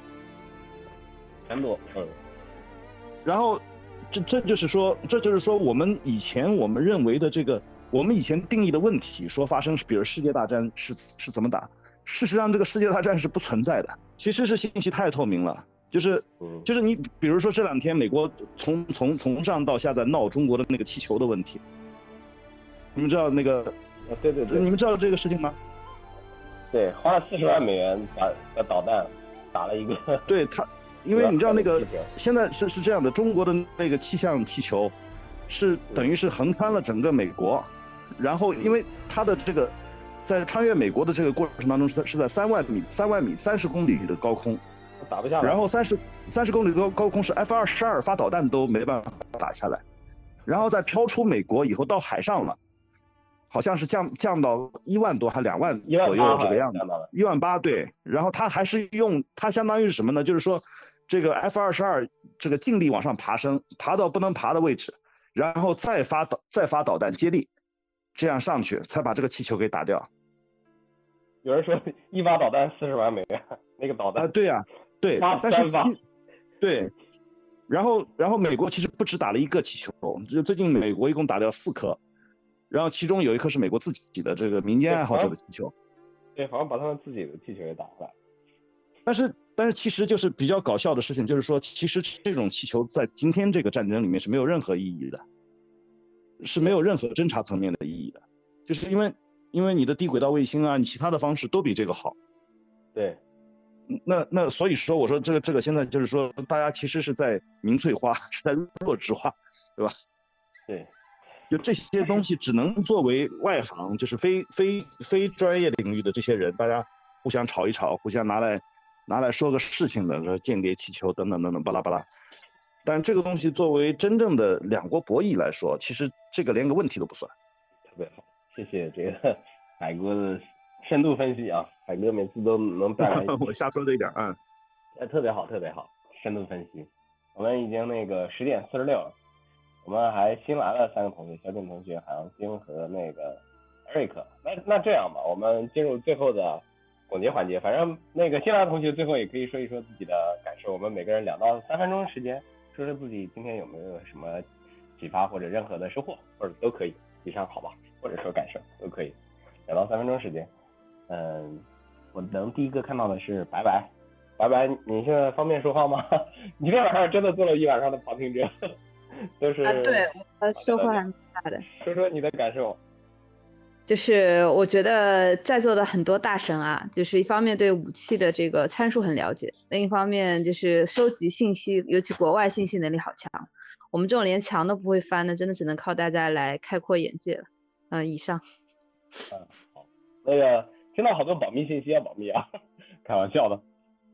Speaker 1: 全多。嗯。
Speaker 8: 然后，这这就是说，这就是说，我们以前我们认为的这个。我们以前定义的问题，说发生比如世界大战是是怎么打？事实上，这个世界大战是不存在的。其实是信息太透明了，就是就是你比如说这两天美国从从从上到下在闹中国的那个气球的问题，你们知道那个？
Speaker 1: 对对对，
Speaker 8: 你们知道这个事情吗？
Speaker 1: 对，花了四十万美元把把导弹打了一个。
Speaker 8: 对他，因为你知道那个现在是是这样的，中国的那个气象气球是等于是横穿了整个美国。然后，因为它的这个，在穿越美国的这个过程当中，是是在三万米、三万米、三十公里的高空，
Speaker 1: 打不下来。
Speaker 8: 然后三十三十公里高高空是 F 二十二发导弹都没办法打下来，然后再飘出美国以后到海上了，好像是降降到一万多还两万左右这个样子，一万八对。然后它还是用它相当于是什么呢？就是说，这个 F 二十二这个尽力往上爬升，爬到不能爬的位置，然后再发导再发导弹接力。这样上去才把这个气球给打掉。
Speaker 1: 有人说一发导弹四十万美元，那个导弹
Speaker 8: 啊，对呀、啊，对，但是对，然后然后美国其实不只打了一个气球，就最近美国一共打掉四颗，然后其中有一颗是美国自己的这个民间爱好者的气球。
Speaker 1: 对，好像把他们自己的气球也打下来。
Speaker 8: 但是但是其实就是比较搞笑的事情，就是说其实这种气球在今天这个战争里面是没有任何意义的。是没有任何侦察层面的意义的，就是因为因为你的低轨道卫星啊，你其他的方式都比这个好。
Speaker 1: 对，
Speaker 8: 那那所以说我说这个这个现在就是说大家其实是在民粹化，是在弱智化，对吧？
Speaker 1: 对，
Speaker 8: 就这些东西只能作为外行，就是非非非专业领域的这些人，大家互相吵一吵，互相拿来拿来说个事情的，说间谍气球等等等等巴拉巴拉。但这个东西作为真正的两国博弈来说，其实这个连个问题都不算。
Speaker 1: 特别好，谢谢这个海哥的深度分析啊！海哥每次都能带来
Speaker 8: 我瞎说这一点啊，
Speaker 1: 哎，特别好，特别好，深度分析。我们已经那个十点四十六了，我们还新来了三个同学，小景同学、海洋星和那个瑞克。那那这样吧，我们进入最后的总结环节。反正那个新来的同学最后也可以说一说自己的感受，我们每个人两到三分钟时间。说说自己今天有没有什么启发或者任何的收获，或者都可以，以上好吧，或者说感受都可以，两到三分钟时间。嗯，我能第一个看到的是白白，白白，你现在方便说话吗？你这晚上真的做了一晚上的旁听者，都是
Speaker 10: 啊，对，我收获还蛮大的。
Speaker 1: 说说你的感受。
Speaker 10: 就是我觉得在座的很多大神啊，就是一方面对武器的这个参数很了解，另一方面就是收集信息，尤其国外信息能力好强。我们这种连墙都不会翻的，真的只能靠大家来开阔眼界了。嗯、呃，以上。
Speaker 1: 嗯，好，那个听到好多保密信息要保密啊，开玩笑的。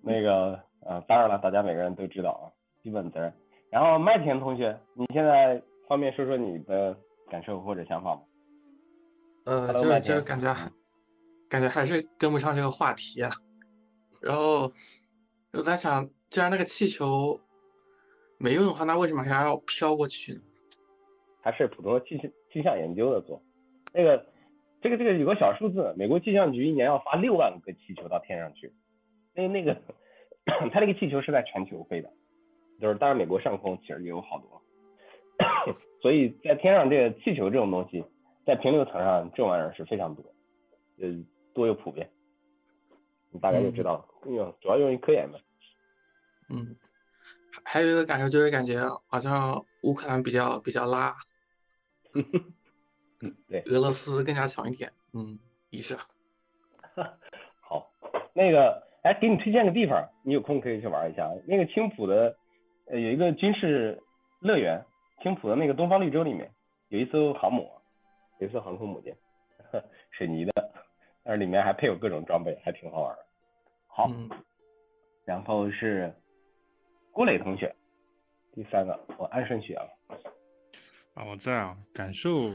Speaker 1: 那个呃，当然了，大家每个人都知道啊，基本责任。然后麦田同学，你现在方便说说你的感受或者想法吗？
Speaker 3: 呃，
Speaker 1: Hello，
Speaker 3: 就就感觉感觉还是跟不上这个话题啊。然后我在想，既然那个气球没用的话，那为什么还要飘过去呢？
Speaker 1: 还是普通的气气象研究的做。那个这个这个有个小数字，美国气象局一年要发六万个气球到天上去。那那个它那个气球是在全球飞的，就是当然美国上空其实也有好多，所以在天上这个气球这种东西，在平流层上这种玩意儿是非常多，呃，多又普遍，你大概就知道了。用主要用于科研的。
Speaker 3: 嗯，还有一个感受就是感觉好像乌克兰比较比较拉，
Speaker 1: 嗯，对，
Speaker 3: 俄罗斯更加强一点。嗯，以上。
Speaker 1: 好，那个，哎，给你推荐个地方，你有空可以去玩一下。那个青浦的，呃，有一个军事乐园，青浦的那个东方绿洲里面有一艘航母，有一艘航空母舰，水泥的，但是里面还配有各种装备，还挺好玩的。好，
Speaker 3: 嗯、
Speaker 1: 然后是郭磊同学，第三个，我按顺序啊。
Speaker 4: 啊，我在啊，感受。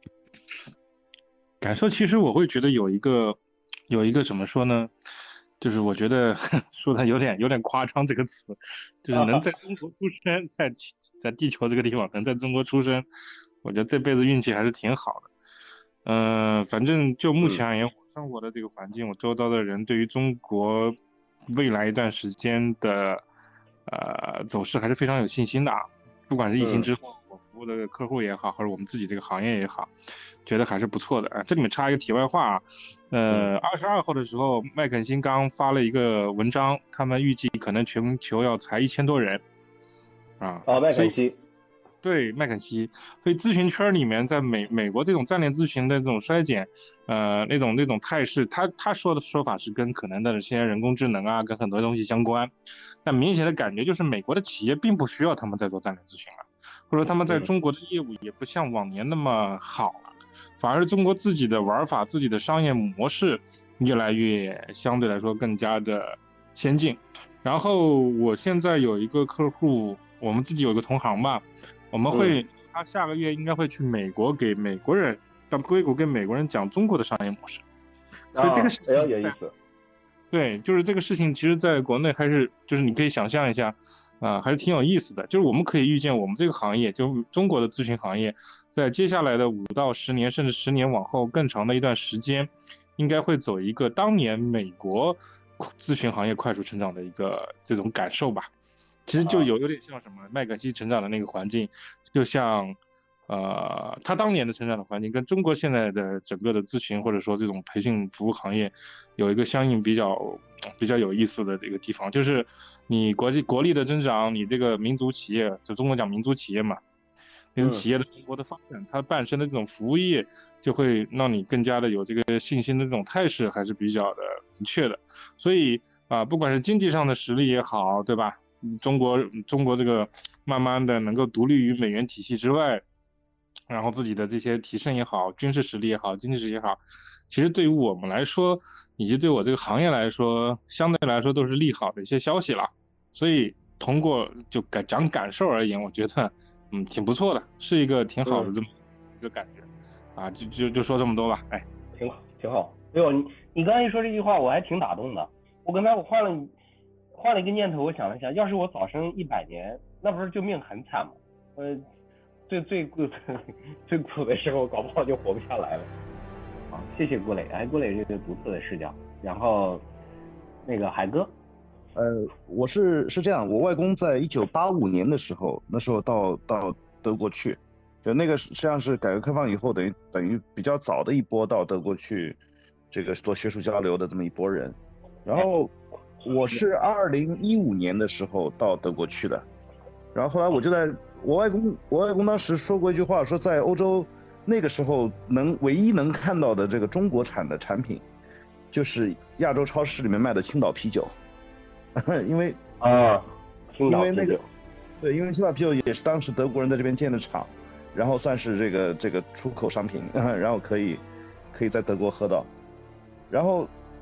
Speaker 4: 感受其实我会觉得有一个有一个怎么说呢，就是我觉得说的有点有点夸张这个词，就是能在中国出生，在在地球这个地方能在中国出生，我觉得这辈子运气还是挺好的。嗯、呃，反正就目前而言，我生活的这个环境，我周遭的人对于中国未来一段时间的呃走势还是非常有信心的啊，不管是疫情之后。嗯，服务的客户也好，或者我们自己这个行业也好，觉得还是不错的啊。这里面插一个题外话啊，呃，二十二号的时候，麦肯锡刚发了一个文章，他们预计可能全球要裁一千多人啊。
Speaker 1: 哦，麦肯锡。
Speaker 4: 对，麦肯锡。所以咨询圈里面，在美美国这种战略咨询的这种衰减，呃，那种那种态势，他他说的说法是跟可能的这些人工智能啊，跟很多东西相关。但明显的感觉就是美国的企业并不需要他们在做战略咨询了。或者他们在中国的业务也不像往年那么好了，反而是中国自己的玩法、自己的商业模式越来越相对来说更加的先进。然后我现在有一个客户，我们自己有一个同行吧，我们会、嗯、他下个月应该会去美国给美国人，到硅谷跟美国人讲中国的商业模式。所以这个是
Speaker 1: 比较有意思。
Speaker 4: 对，就是这个事情，其实在国内还是就是你可以想象一下。啊、呃，还是挺有意思的。就是我们可以预见，我们这个行业，就中国的咨询行业，在接下来的五到十年，甚至十年往后更长的一段时间，应该会走一个当年美国咨询行业快速成长的一个这种感受吧。其实就有有点像什么麦肯锡成长的那个环境，就像呃，他当年的成长的环境跟中国现在的整个的咨询或者说这种培训服务行业有一个相应比较比较有意思的这个地方，就是你国际国力的增长，你这个民族企业，就中国讲民族企业嘛，那种企业的中国的发展，它伴生的这种服务业，就会让你更加的有这个信心的这种态势还是比较的明确的。所以啊、呃，不管是经济上的实力也好，对吧？中国中国这个慢慢的能够独立于美元体系之外。然后自己的这些提升也好，军事实力也好，经济实力也好，其实对于我们来说，以及对我这个行业来说，相对来说都是利好的一些消息了。所以通过就感讲感受而言，我觉得嗯挺不错的，是一个挺好的这么一个感觉、嗯、啊，就就就说这么多吧，哎，
Speaker 1: 挺好挺好。对哦，你你刚才一说这句话，我还挺打动的。我刚才我换了换了一个念头，我想了一下，要是我早生一百年，那不是就命很惨吗？呃。最最苦最苦的时候，搞不好就活不下来了。好，谢谢郭磊，哎，郭磊这个独特的视角。然后那个海哥，
Speaker 8: 呃，我是是这样，我外公在一九八五年的时候，那时候到到德国去，就那个实际上是改革开放以后，等于等于比较早的一波到德国去，这个做学术交流的这么一波人。然后我是二零一五年的时候到德国去的，然后后来我就在。我外公，我外公当时说过一句话，说在欧洲那个时候能唯一能看到的这个中国产的产品，就是亚洲超市里面卖的青岛啤酒，因为
Speaker 1: 啊，青岛啤酒，
Speaker 8: 因为那个对，因为青岛啤酒也是当时德国人在这边建的厂，然后算是这个这个出口商品，然后可以可以在德国喝到，然后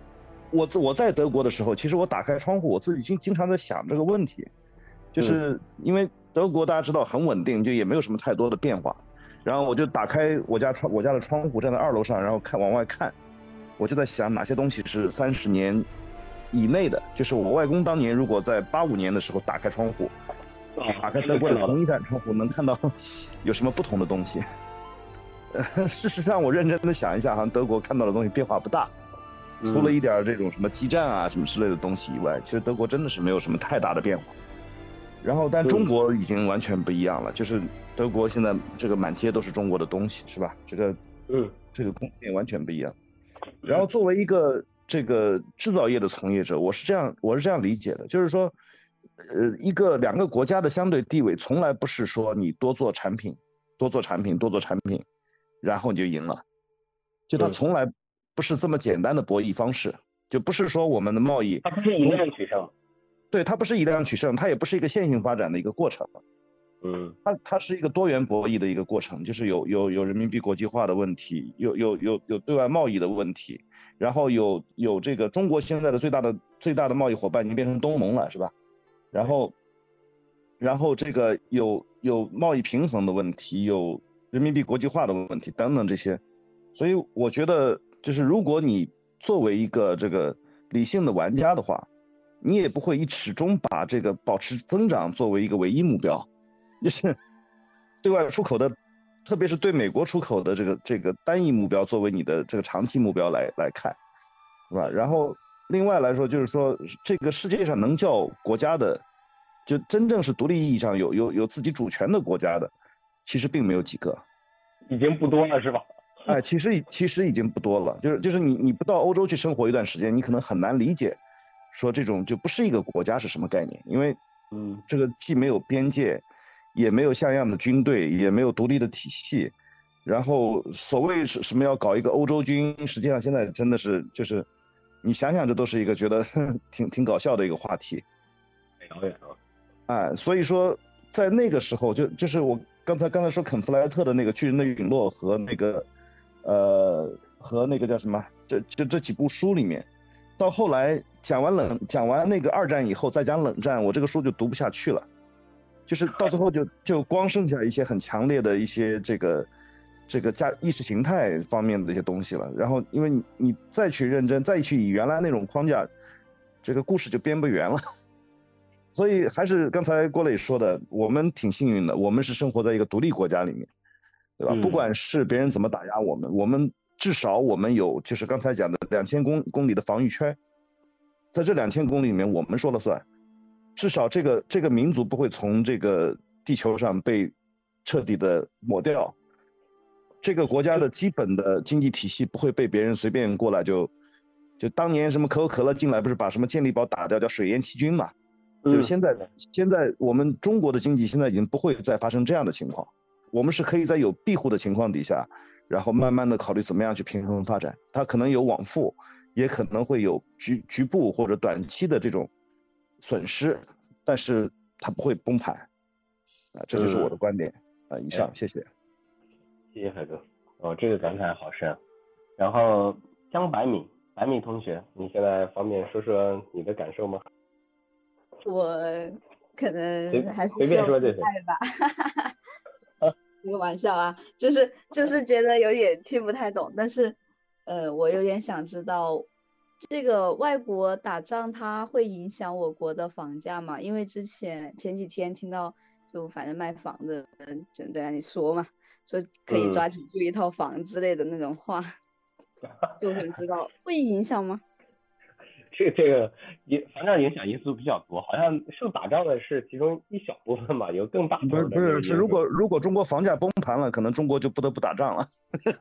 Speaker 8: 我我在德国的时候，其实我打开窗户，我自己经经常在想这个问题，就是因为德国大家知道很稳定，就也没有什么太多的变化。然后我就打开我家窗我家的窗户，站在二楼上，然后看往外看，我就在想哪些东西是三十年以内的。就是我外公当年如果在八五年的时候打开窗户，打开德国的同一扇窗户，能看到有什么不同的东西。呃，事实上我认真的想一下，好像德国看到的东西变化不大，除了一点这种什么基站啊什么之类的东西以外，其实德国真的是没有什么太大的变化。然后，但中国已经完全不一样了，就是德国现在这个满街都是中国的东西，是吧？这个，嗯，这个供应完全不一样。然后，作为一个这个制造业的从业者，我是这样，我是这样理解的，就是说，呃，一个两个国家的相对地位，从来不是说你多做产品，多做产品，多做产品，然后你就赢了，就它从来不是这么简单的博弈方式，就不是说我们的贸易，
Speaker 1: 它不是以量取胜。
Speaker 8: 对，它不是以量取胜，它也不是一个线性发展的一个过程，
Speaker 1: 嗯，
Speaker 8: 它它是一个多元博弈的一个过程，就是有有有人民币国际化的问题，有有有有对外贸易的问题，然后有有这个中国现在的最大的最大的贸易伙伴已经变成东盟了，是吧？然后然后这个有有贸易平衡的问题，有人民币国际化的问题等等这些，所以我觉得就是如果你作为一个这个理性的玩家的话，你也不会一始终把这个保持增长作为一个唯一目标，就是对外出口的，特别是对美国出口的这个这个单一目标作为你的这个长期目标来来看，是吧？然后另外来说，就是说这个世界上能叫国家的，就真正是独立意义上有有有自己主权的国家的，其实并没有几个，
Speaker 1: 已经不多了，是吧？
Speaker 8: 哎，其实其实已经不多了，就是就是你你不到欧洲去生活一段时间，你可能很难理解。说这种就不是一个国家是什么概念？因为，嗯，这个既没有边界，也没有像样的军队，也没有独立的体系。然后所谓什么要搞一个欧洲军，实际上现在真的是就是，你想想这都是一个觉得挺挺搞笑的一个话题。
Speaker 1: 遥远啊！
Speaker 8: 哎，所以说在那个时候，就就是我刚才刚才说肯弗莱特的那个《巨人的陨落》和那个，呃，和那个叫什么，这这这几部书里面。到后来讲完冷讲完那个二战以后，再讲冷战，我这个书就读不下去了，就是到最后就就光剩下一些很强烈的一些这个这个价意识形态方面的一些东西了。然后因为你你再去认真再去以原来那种框架，这个故事就编不圆了。所以还是刚才郭磊说的，我们挺幸运的，我们是生活在一个独立国家里面，对吧？嗯、不管是别人怎么打压我们，我们。至少我们有，就是刚才讲的两千公公里的防御圈，在这两千公里里面，我们说了算。至少这个这个民族不会从这个地球上被彻底的抹掉，这个国家的基本的经济体系不会被别人随便过来就，就当年什么可口可乐进来不是把什么健力宝打掉，叫水淹七军嘛？就现在现在我们中国的经济现在已经不会再发生这样的情况，我们是可以在有庇护的情况底下。然后慢慢的考虑怎么样去平衡发展，它可能有往复，也可能会有局局部或者短期的这种损失，但是它不会崩盘，啊，这就是我的观点啊。以上，谢谢。
Speaker 1: 谢谢海哥，哦，这个感慨好深。然后江百米，百米同学，你现在方便说说你的感受吗？
Speaker 10: 我可能还是
Speaker 1: 随便说就行
Speaker 10: 吧。一个玩笑啊，就是就是觉得有点听不太懂，但是，呃，我有点想知道，这个外国打仗它会影响我国的房价吗？因为之前前几天听到，就反正卖房的人就在那里说嘛，说可以抓紧住一套房之类的那种话，嗯、就想知道会影响吗？
Speaker 1: 这个这个影房价影响因素比较多，好像受打仗的是其中一小部分吧，有更大
Speaker 8: 不是不是是如果如果中国房价崩盘了，可能中国就不得不打仗了。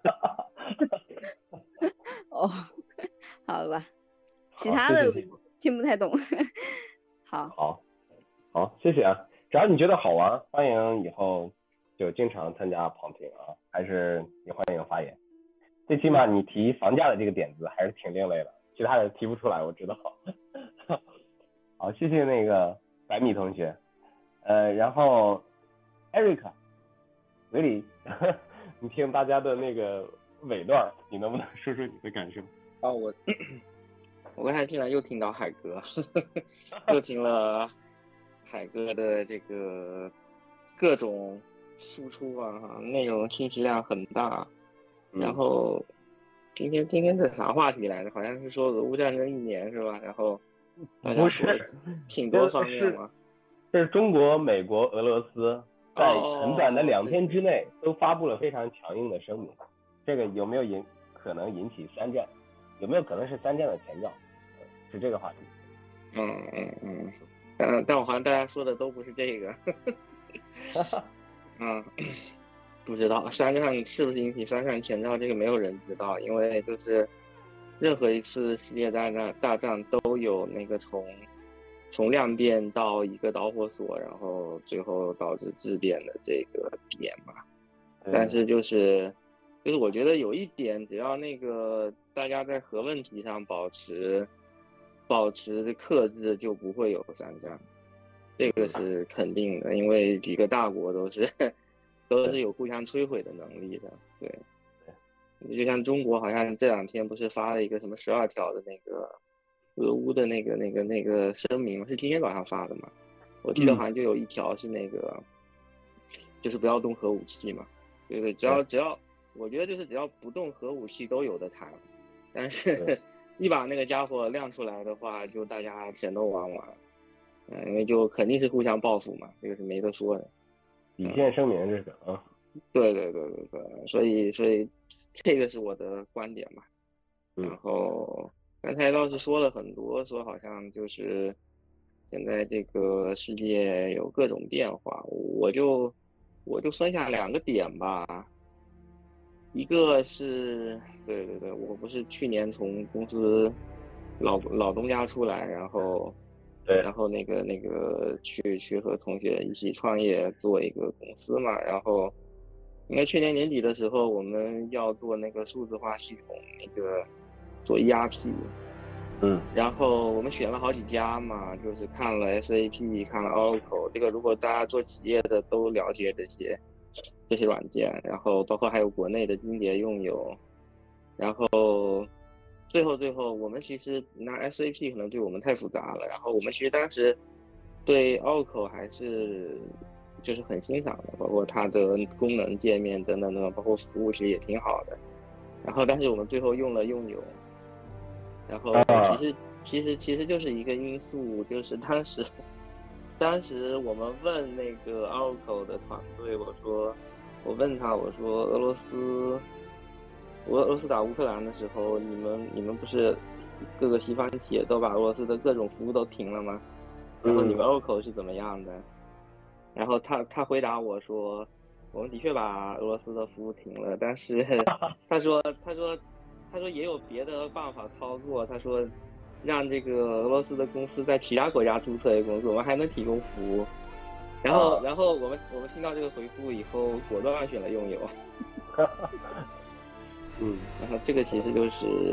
Speaker 10: 哦，好吧，其他的听不太懂。好，
Speaker 1: 好，好，谢谢啊。只要你觉得好玩，欢迎以后就经常参加旁听啊，还是也欢迎发言。最起码你提房价的这个点子还是挺另类的。其他人提不出来，我知道。好，谢谢那个百米同学。呃，然后 Eric， 维里，你听大家的那个尾段，你能不能说说你的感受？
Speaker 2: 啊，我
Speaker 11: 我刚才竟然又听到海哥，又听了海哥的这个各种输出啊，内容信息量很大。然后今天今天的啥话题来着？好像是说俄乌战争一年是吧？然后大家说挺多方面嘛。
Speaker 1: 这是中国、美国、俄罗斯在很短的两天之内都发布了非常强硬的声明。这个有没有引可能引起三战？有没有可能是三战的前兆？是这个话题。
Speaker 11: 嗯嗯嗯，但但我好像大家说的都不是这个。嗯，不知道三战是不是引起三战前兆，这个没有人知道，因为就是任何一次世界大战大战都有那个从从量变到一个导火索，然后最后导致质变的这个点嘛。但是就是就是我觉得有一点，只要那个大家在核问题上保持保持克制，就不会有三战，这个是肯定的，因为几个大国都是都是有互相摧毁的能力的。对，就像中国好像这两天不是发了一个什么十二条的那个俄乌的那个那个那个声明吗？是今天早上发的嘛？我记得好像就有一条是那个，就是不要动核武器嘛。对对，只要只要，我觉得就是只要不动核武器都有的谈，但是一把那个家伙亮出来的话，就大家全都玩完，嗯，因为就肯定是互相报复嘛，这个是没得说的。
Speaker 1: 底线声明这个啊。
Speaker 11: 对对对对对，所以所以这个是我的观点嘛。然后刚才倒是说了很多，说好像就是现在这个世界有各种变化，我就我就分下两个点吧。一个是对对对，我不是去年从公司老老东家出来，然后然后那个那个去去和同学一起创业做一个公司嘛，然后应该去年年底的时候我们要做那个数字化系统，那个做 E R P。
Speaker 1: 嗯，
Speaker 11: 然后我们选了好几家嘛，就是看了 S A P， 看了 Oracle， 这个如果大家做企业的都了解这些这些软件，然后包括还有国内的金蝶用友，然后最后最后我们其实拿 S A P 可能对我们太复杂了，然后我们其实当时对 Oracle 还是就是很欣赏的，包括它的功能界面等等等，包括服务其实也挺好的，然后但是我们最后用了用友。然后其实其实其实就是一个因素，就是当时当时我们问那个 Oracle 的团队，我说我问他我说俄罗斯俄俄罗斯打乌克兰的时候，你们你们不是各个西方企业都把俄罗斯的各种服务都停了吗？然后你们 Oracle 是怎么样的？然后他他回答我说，我们的确把俄罗斯的服务停了，但是他说他说。他说也有别的办法操作，他说让这个俄罗斯的公司在其他国家注册一个公司，我们还能提供服务。然后，然后我们我们听到这个回复以后，果断选了用友。
Speaker 1: 嗯，
Speaker 11: 然后这个其实就是，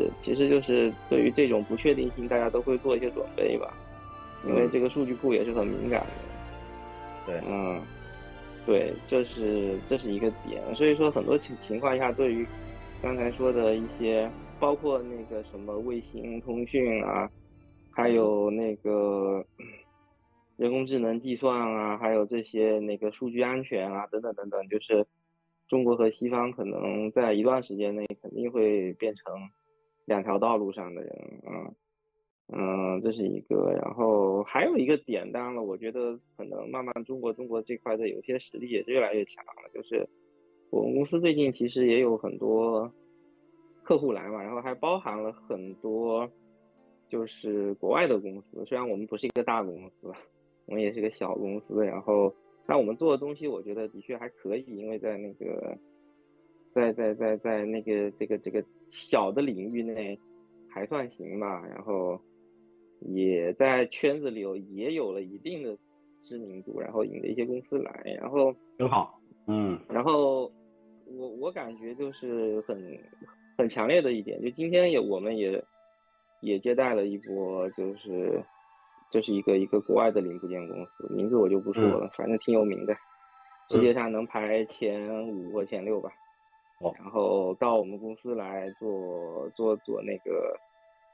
Speaker 11: 其实就是对于这种不确定性，大家都会做一些准备吧，因为这个数据库也是很敏感的。
Speaker 1: 对，
Speaker 11: 嗯，对，这是这是一个点，所以说很多情情况下对于。刚才说的一些，包括那个什么卫星通讯啊，还有那个人工智能计算啊，还有这些那个数据安全啊，等等等等，就是中国和西方可能在一段时间内肯定会变成两条道路上的人啊，嗯，这是一个。然后还有一个点，当然了，我觉得可能慢慢中国中国这块的有些实力也是越来越强了，就是我们公司最近其实也有很多客户来嘛，然后还包含了很多就是国外的公司，虽然我们不是一个大公司，我们也是个小公司，然后但我们做的东西我觉得的确还可以，因为在那个在在在在那个这个这个小的领域内还算行吧，然后也在圈子里有也有了一定的知名度，然后引了一些公司来，然后
Speaker 1: 很好，嗯，
Speaker 11: 然后我我感觉就是很很强烈的一点，就今天也我们也也接待了一波，就是这是一个一个国外的零部件公司，名字我就不说了，
Speaker 1: 嗯、
Speaker 11: 反正挺有名的，世界上能排前五或前六吧。
Speaker 1: 哦，
Speaker 11: 然后到我们公司来做做做那个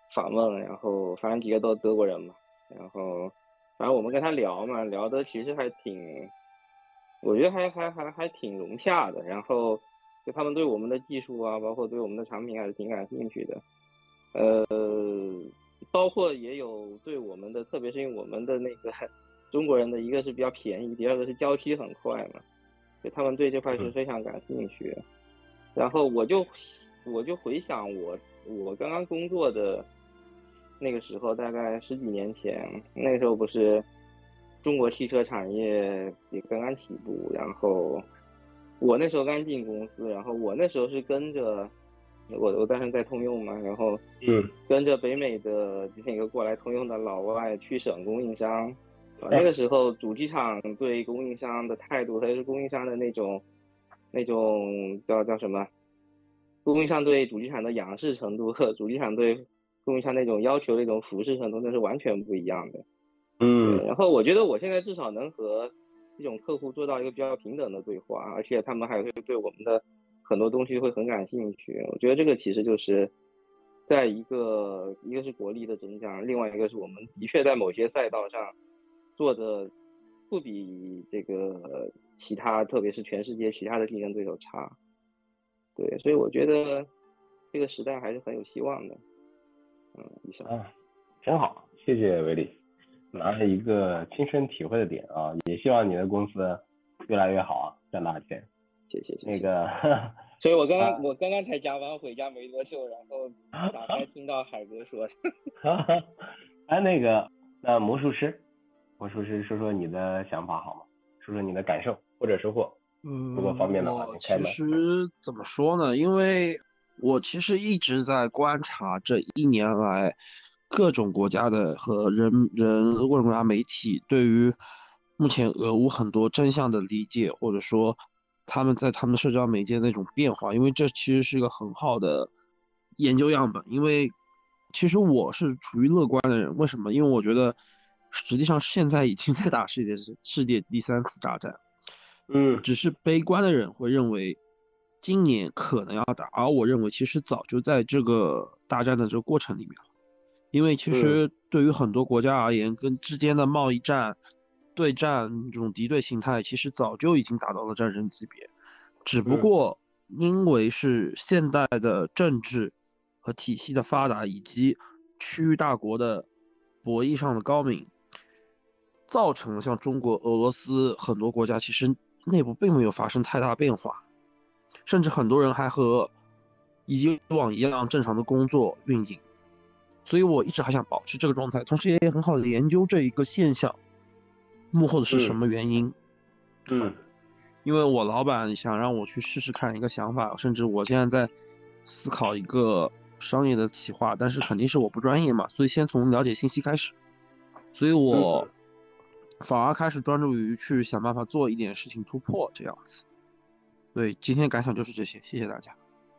Speaker 11: 访问，然后反正几个都是德国人嘛，然后反正我们跟他聊嘛，聊的其实还挺，我觉得还还还还挺融洽的，然后就他们对我们的技术啊，包括对我们的产品还是挺感兴趣的，呃，包括也有对我们的，特别是因为我们的那个中国人的一个是比较便宜，第二个是交期很快嘛，所以他们对这块是非常感兴趣的。然后我就我就回想我我刚刚工作的那个时候，大概十几年前，那个时候不是中国汽车产业也刚刚起步，然后我那时候刚进公司，然后我那时候是跟着我我当时在通用嘛，然后
Speaker 1: 嗯
Speaker 11: 跟着北美的那个过来通用的老外去省供应商，啊，那个时候主机厂对供应商的态度，特别是供应商的那种那种叫叫什么，供应商对主机厂的仰视程度和主机厂对供应商那种要求的一种服侍程度，那是完全不一样的。
Speaker 1: 嗯，
Speaker 11: 然后我觉得我现在至少能和这种客户做到一个比较平等的对话，而且他们还会对我们的很多东西会很感兴趣。我觉得这个其实就是在一个一个是国力的增长，另外一个是我们的确在某些赛道上做的不比这个其他，特别是全世界其他的竞争对手差。对，所以我觉得这个时代还是很有希望的。嗯，以上。
Speaker 1: 啊，真好，谢谢维里，拿了一个亲身体会的点啊，也希望你的公司越来越好啊，赚大钱。
Speaker 11: 谢谢谢谢。
Speaker 1: 那个，
Speaker 11: 所以我刚刚、啊、我刚刚才加班回家没多久，然后打开听到海哥说的。
Speaker 1: 哎，那个，那魔术师，魔术师说说你的想法好吗？说说你的感受或者收获，如果方便的话，
Speaker 2: 嗯，
Speaker 1: 你开门。
Speaker 2: 其实怎么说呢？因为我其实一直在观察这一年来各种国家的和人人各种国家媒体对于目前俄乌很多真相的理解，或者说他们在他们的社交媒介那种变化，因为这其实是一个很好的研究样本。因为其实我是处于乐观的人，为什么？因为我觉得实际上现在已经在打世界世界第三次大战。
Speaker 1: 嗯，
Speaker 2: 只是悲观的人会认为今年可能要打，而我认为其实早就在这个大战的这个过程里面了。因为其实对于很多国家而言，跟之间的贸易战、对战这种敌对形态，其实早就已经达到了战争级别，只不过因为是现代的政治和体系的发达，以及区域大国的博弈上的高明，造成了像中国、俄罗斯很多国家其实内部并没有发生太大变化，甚至很多人还和以往一样正常的工作运营。所以我一直还想保持这个状态，同时也很好的研究这一个现象幕后的是什么原因。
Speaker 1: 嗯，
Speaker 2: 因为我老板想让我去试试看一个想法，甚至我现在在思考一个商业的企划，但是肯定是我不专业嘛，所以先从了解信息开始。所以我反而开始专注于去想办法做一点事情突破这样子。对，今天感想就是这些，谢谢大家。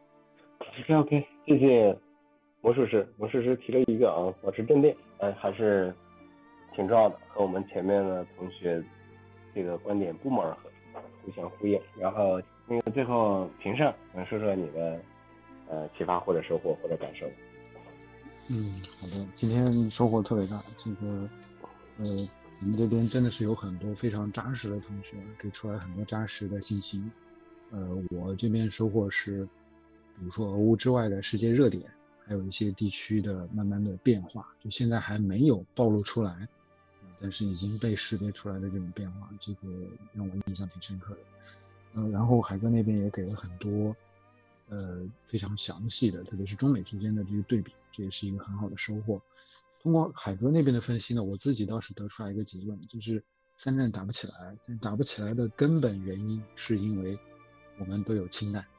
Speaker 1: OK OK， 谢谢魔术师。魔术师提了一个啊，保持镇定，哎，还是挺重要的，和我们前面的同学这个观点不谋而合，互相呼应。然后那个最后评上，能说说你的呃启发或者收获或者感受？
Speaker 5: 嗯，好的，今天收获特别大，这个呃。我们这边真的是有很多非常扎实的同学给出来很多扎实的信息。呃，我这边收获是，比如说俄乌之外的世界热点，还有一些地区的慢慢的变化，就现在还没有暴露出来，呃、但是已经被识别出来的这种变化，这个让我印象挺深刻的。呃，然后海哥那边也给了很多呃非常详细的，特别是中美之间的这个对比，这也是一个很好的收获。通过海哥那边的分析呢，我自己倒是得出来一个结论，就是三战打不起来，但打不起来的根本原因是因为我们都有氢弹。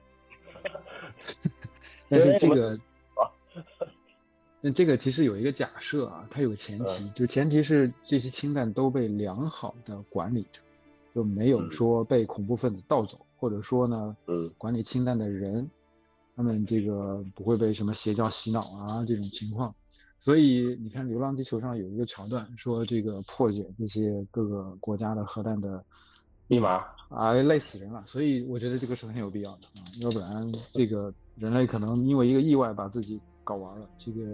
Speaker 5: 但是这个，那这个其实有一个假设啊，它有前提，就前提是这些氢弹都被良好的管理着，就没有说被恐怖分子盗走，或者说呢，管理氢弹的人，他们这个不会被什么邪教洗脑啊这种情况。所以你看《流浪地球》上有一个桥段，说这个破解这些各个国家的核弹的
Speaker 1: 密码
Speaker 5: 啊，累死人了。所以我觉得这个是很有必要的啊，要不然这个人类可能因为一个意外把自己搞完了。这个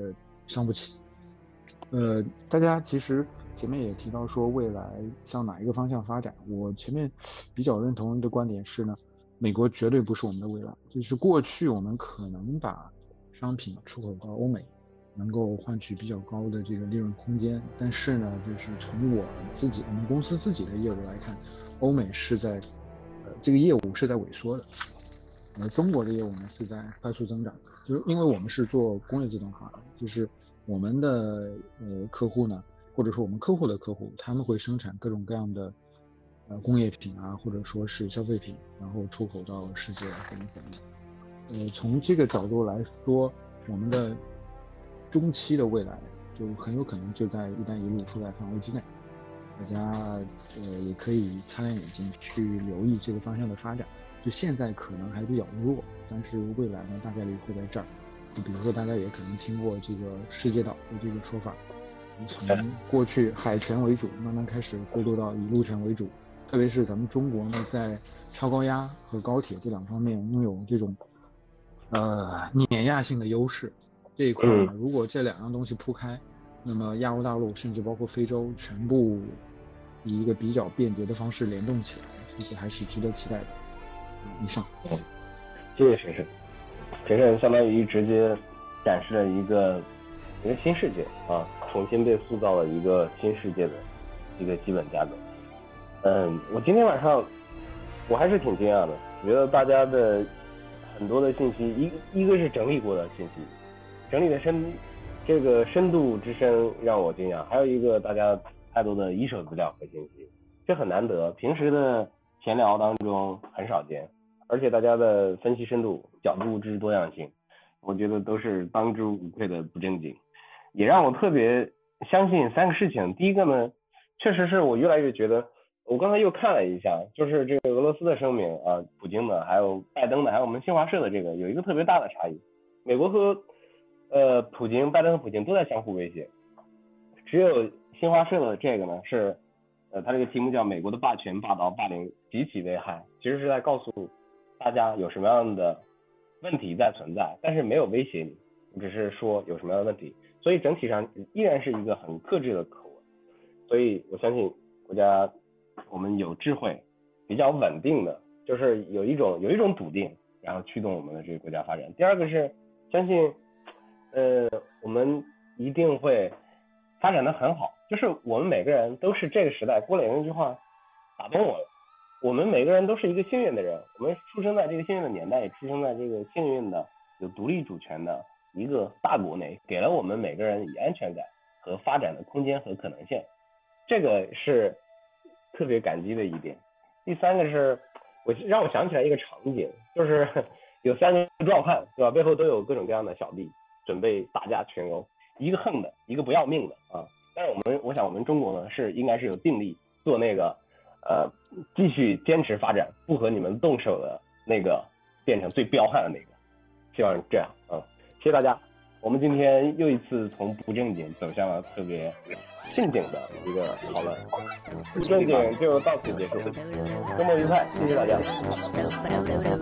Speaker 5: 伤不起。呃，大家其实前面也提到说未来向哪一个方向发展，我前面比较认同的观点是呢，美国绝对不是我们的未来。就是过去我们可能把商品出口到欧美，能够换取比较高的这个利润空间，但是呢，就是从我自己我们公司自己的业务来看，欧美是在呃这个业务是在萎缩的，而中国的业务呢是在快速增长的，就是因为我们是做工业自动化的，就是我们的呃客户呢，或者说我们客户的客户，他们会生产各种各样的呃工业品啊，或者说是消费品，然后出口到世界等等。呃，从这个角度来说，我们的中期的未来就很有可能就在“一带一路”覆盖范围之内，大家呃也可以擦亮眼睛去留意这个方向的发展。就现在可能还比较弱，但是未来呢大概率会在这儿。就比如说大家也可能听过这个世界岛的这个说法，从过去海权为主，慢慢开始过渡到以陆权为主。特别是咱们中国呢，在超高压和高铁这两方面拥有这种呃碾压性的优势。这一块呢，如果这两样东西铺开，那么亚欧大陆甚至包括非洲全部以一个比较便捷的方式联动起来，这些还是值得期待的。以上。
Speaker 1: 谢谢神神，神神相当于直接展示了一个一个新世界啊，重新被塑造了一个新世界的一个基本架构。嗯，我今天晚上我还是挺惊讶的，觉得大家的很多的信息，一一个是整理过的信息，整理的深这个深度之深让我惊讶，还有一个大家太多的一手资料和信息，这很难得，平时的闲聊当中很少见，而且大家的分析深度、角度之多样性，我觉得都是当之无愧的不正经，也让我特别相信三个事情。第一个呢，确实是我越来越觉得，我刚才又看了一下，就是这个俄罗斯的声明啊，普京的，还有拜登的，还有我们新华社的这个有一个特别大的差异，美国和呃普京、拜登和普京都在相互威胁，只有新华社的这个呢是。呃，他这个题目叫美国的霸权、霸道、霸凌极其危害，其实是在告诉大家有什么样的问题在存在，但是没有威胁你，只是说有什么样的问题，所以整体上依然是一个很克制的口吻。所以我相信国家我们有智慧，比较稳定的，就是有一种有一种笃定，然后驱动我们的这个国家发展。第二个是相信，呃，我们一定会发展的很好。就是我们每个人都是这个时代，郭磊那句话打动我了。我们每个人都是一个幸运的人，我们出生在这个幸运的年代，也出生在这个幸运的有独立主权的一个大国内，给了我们每个人以安全感和发展的空间和可能性，这个是特别感激的一点。第三个是我让我想起来一个场景，就是有三个壮汉，对吧？背后都有各种各样的小弟，准备打架群殴，一个横的，一个不要命的啊。但是我们，我想我们中国呢是应该是有定力做那个，呃，继续坚持发展，不和你们动手的那个，变成最彪悍的那个。希望这样啊、嗯，谢谢大家。我们今天又一次从不正经走向了特别正经的一个讨论，不正经就到此结束。周末愉快，谢谢大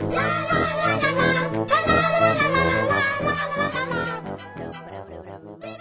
Speaker 1: 家。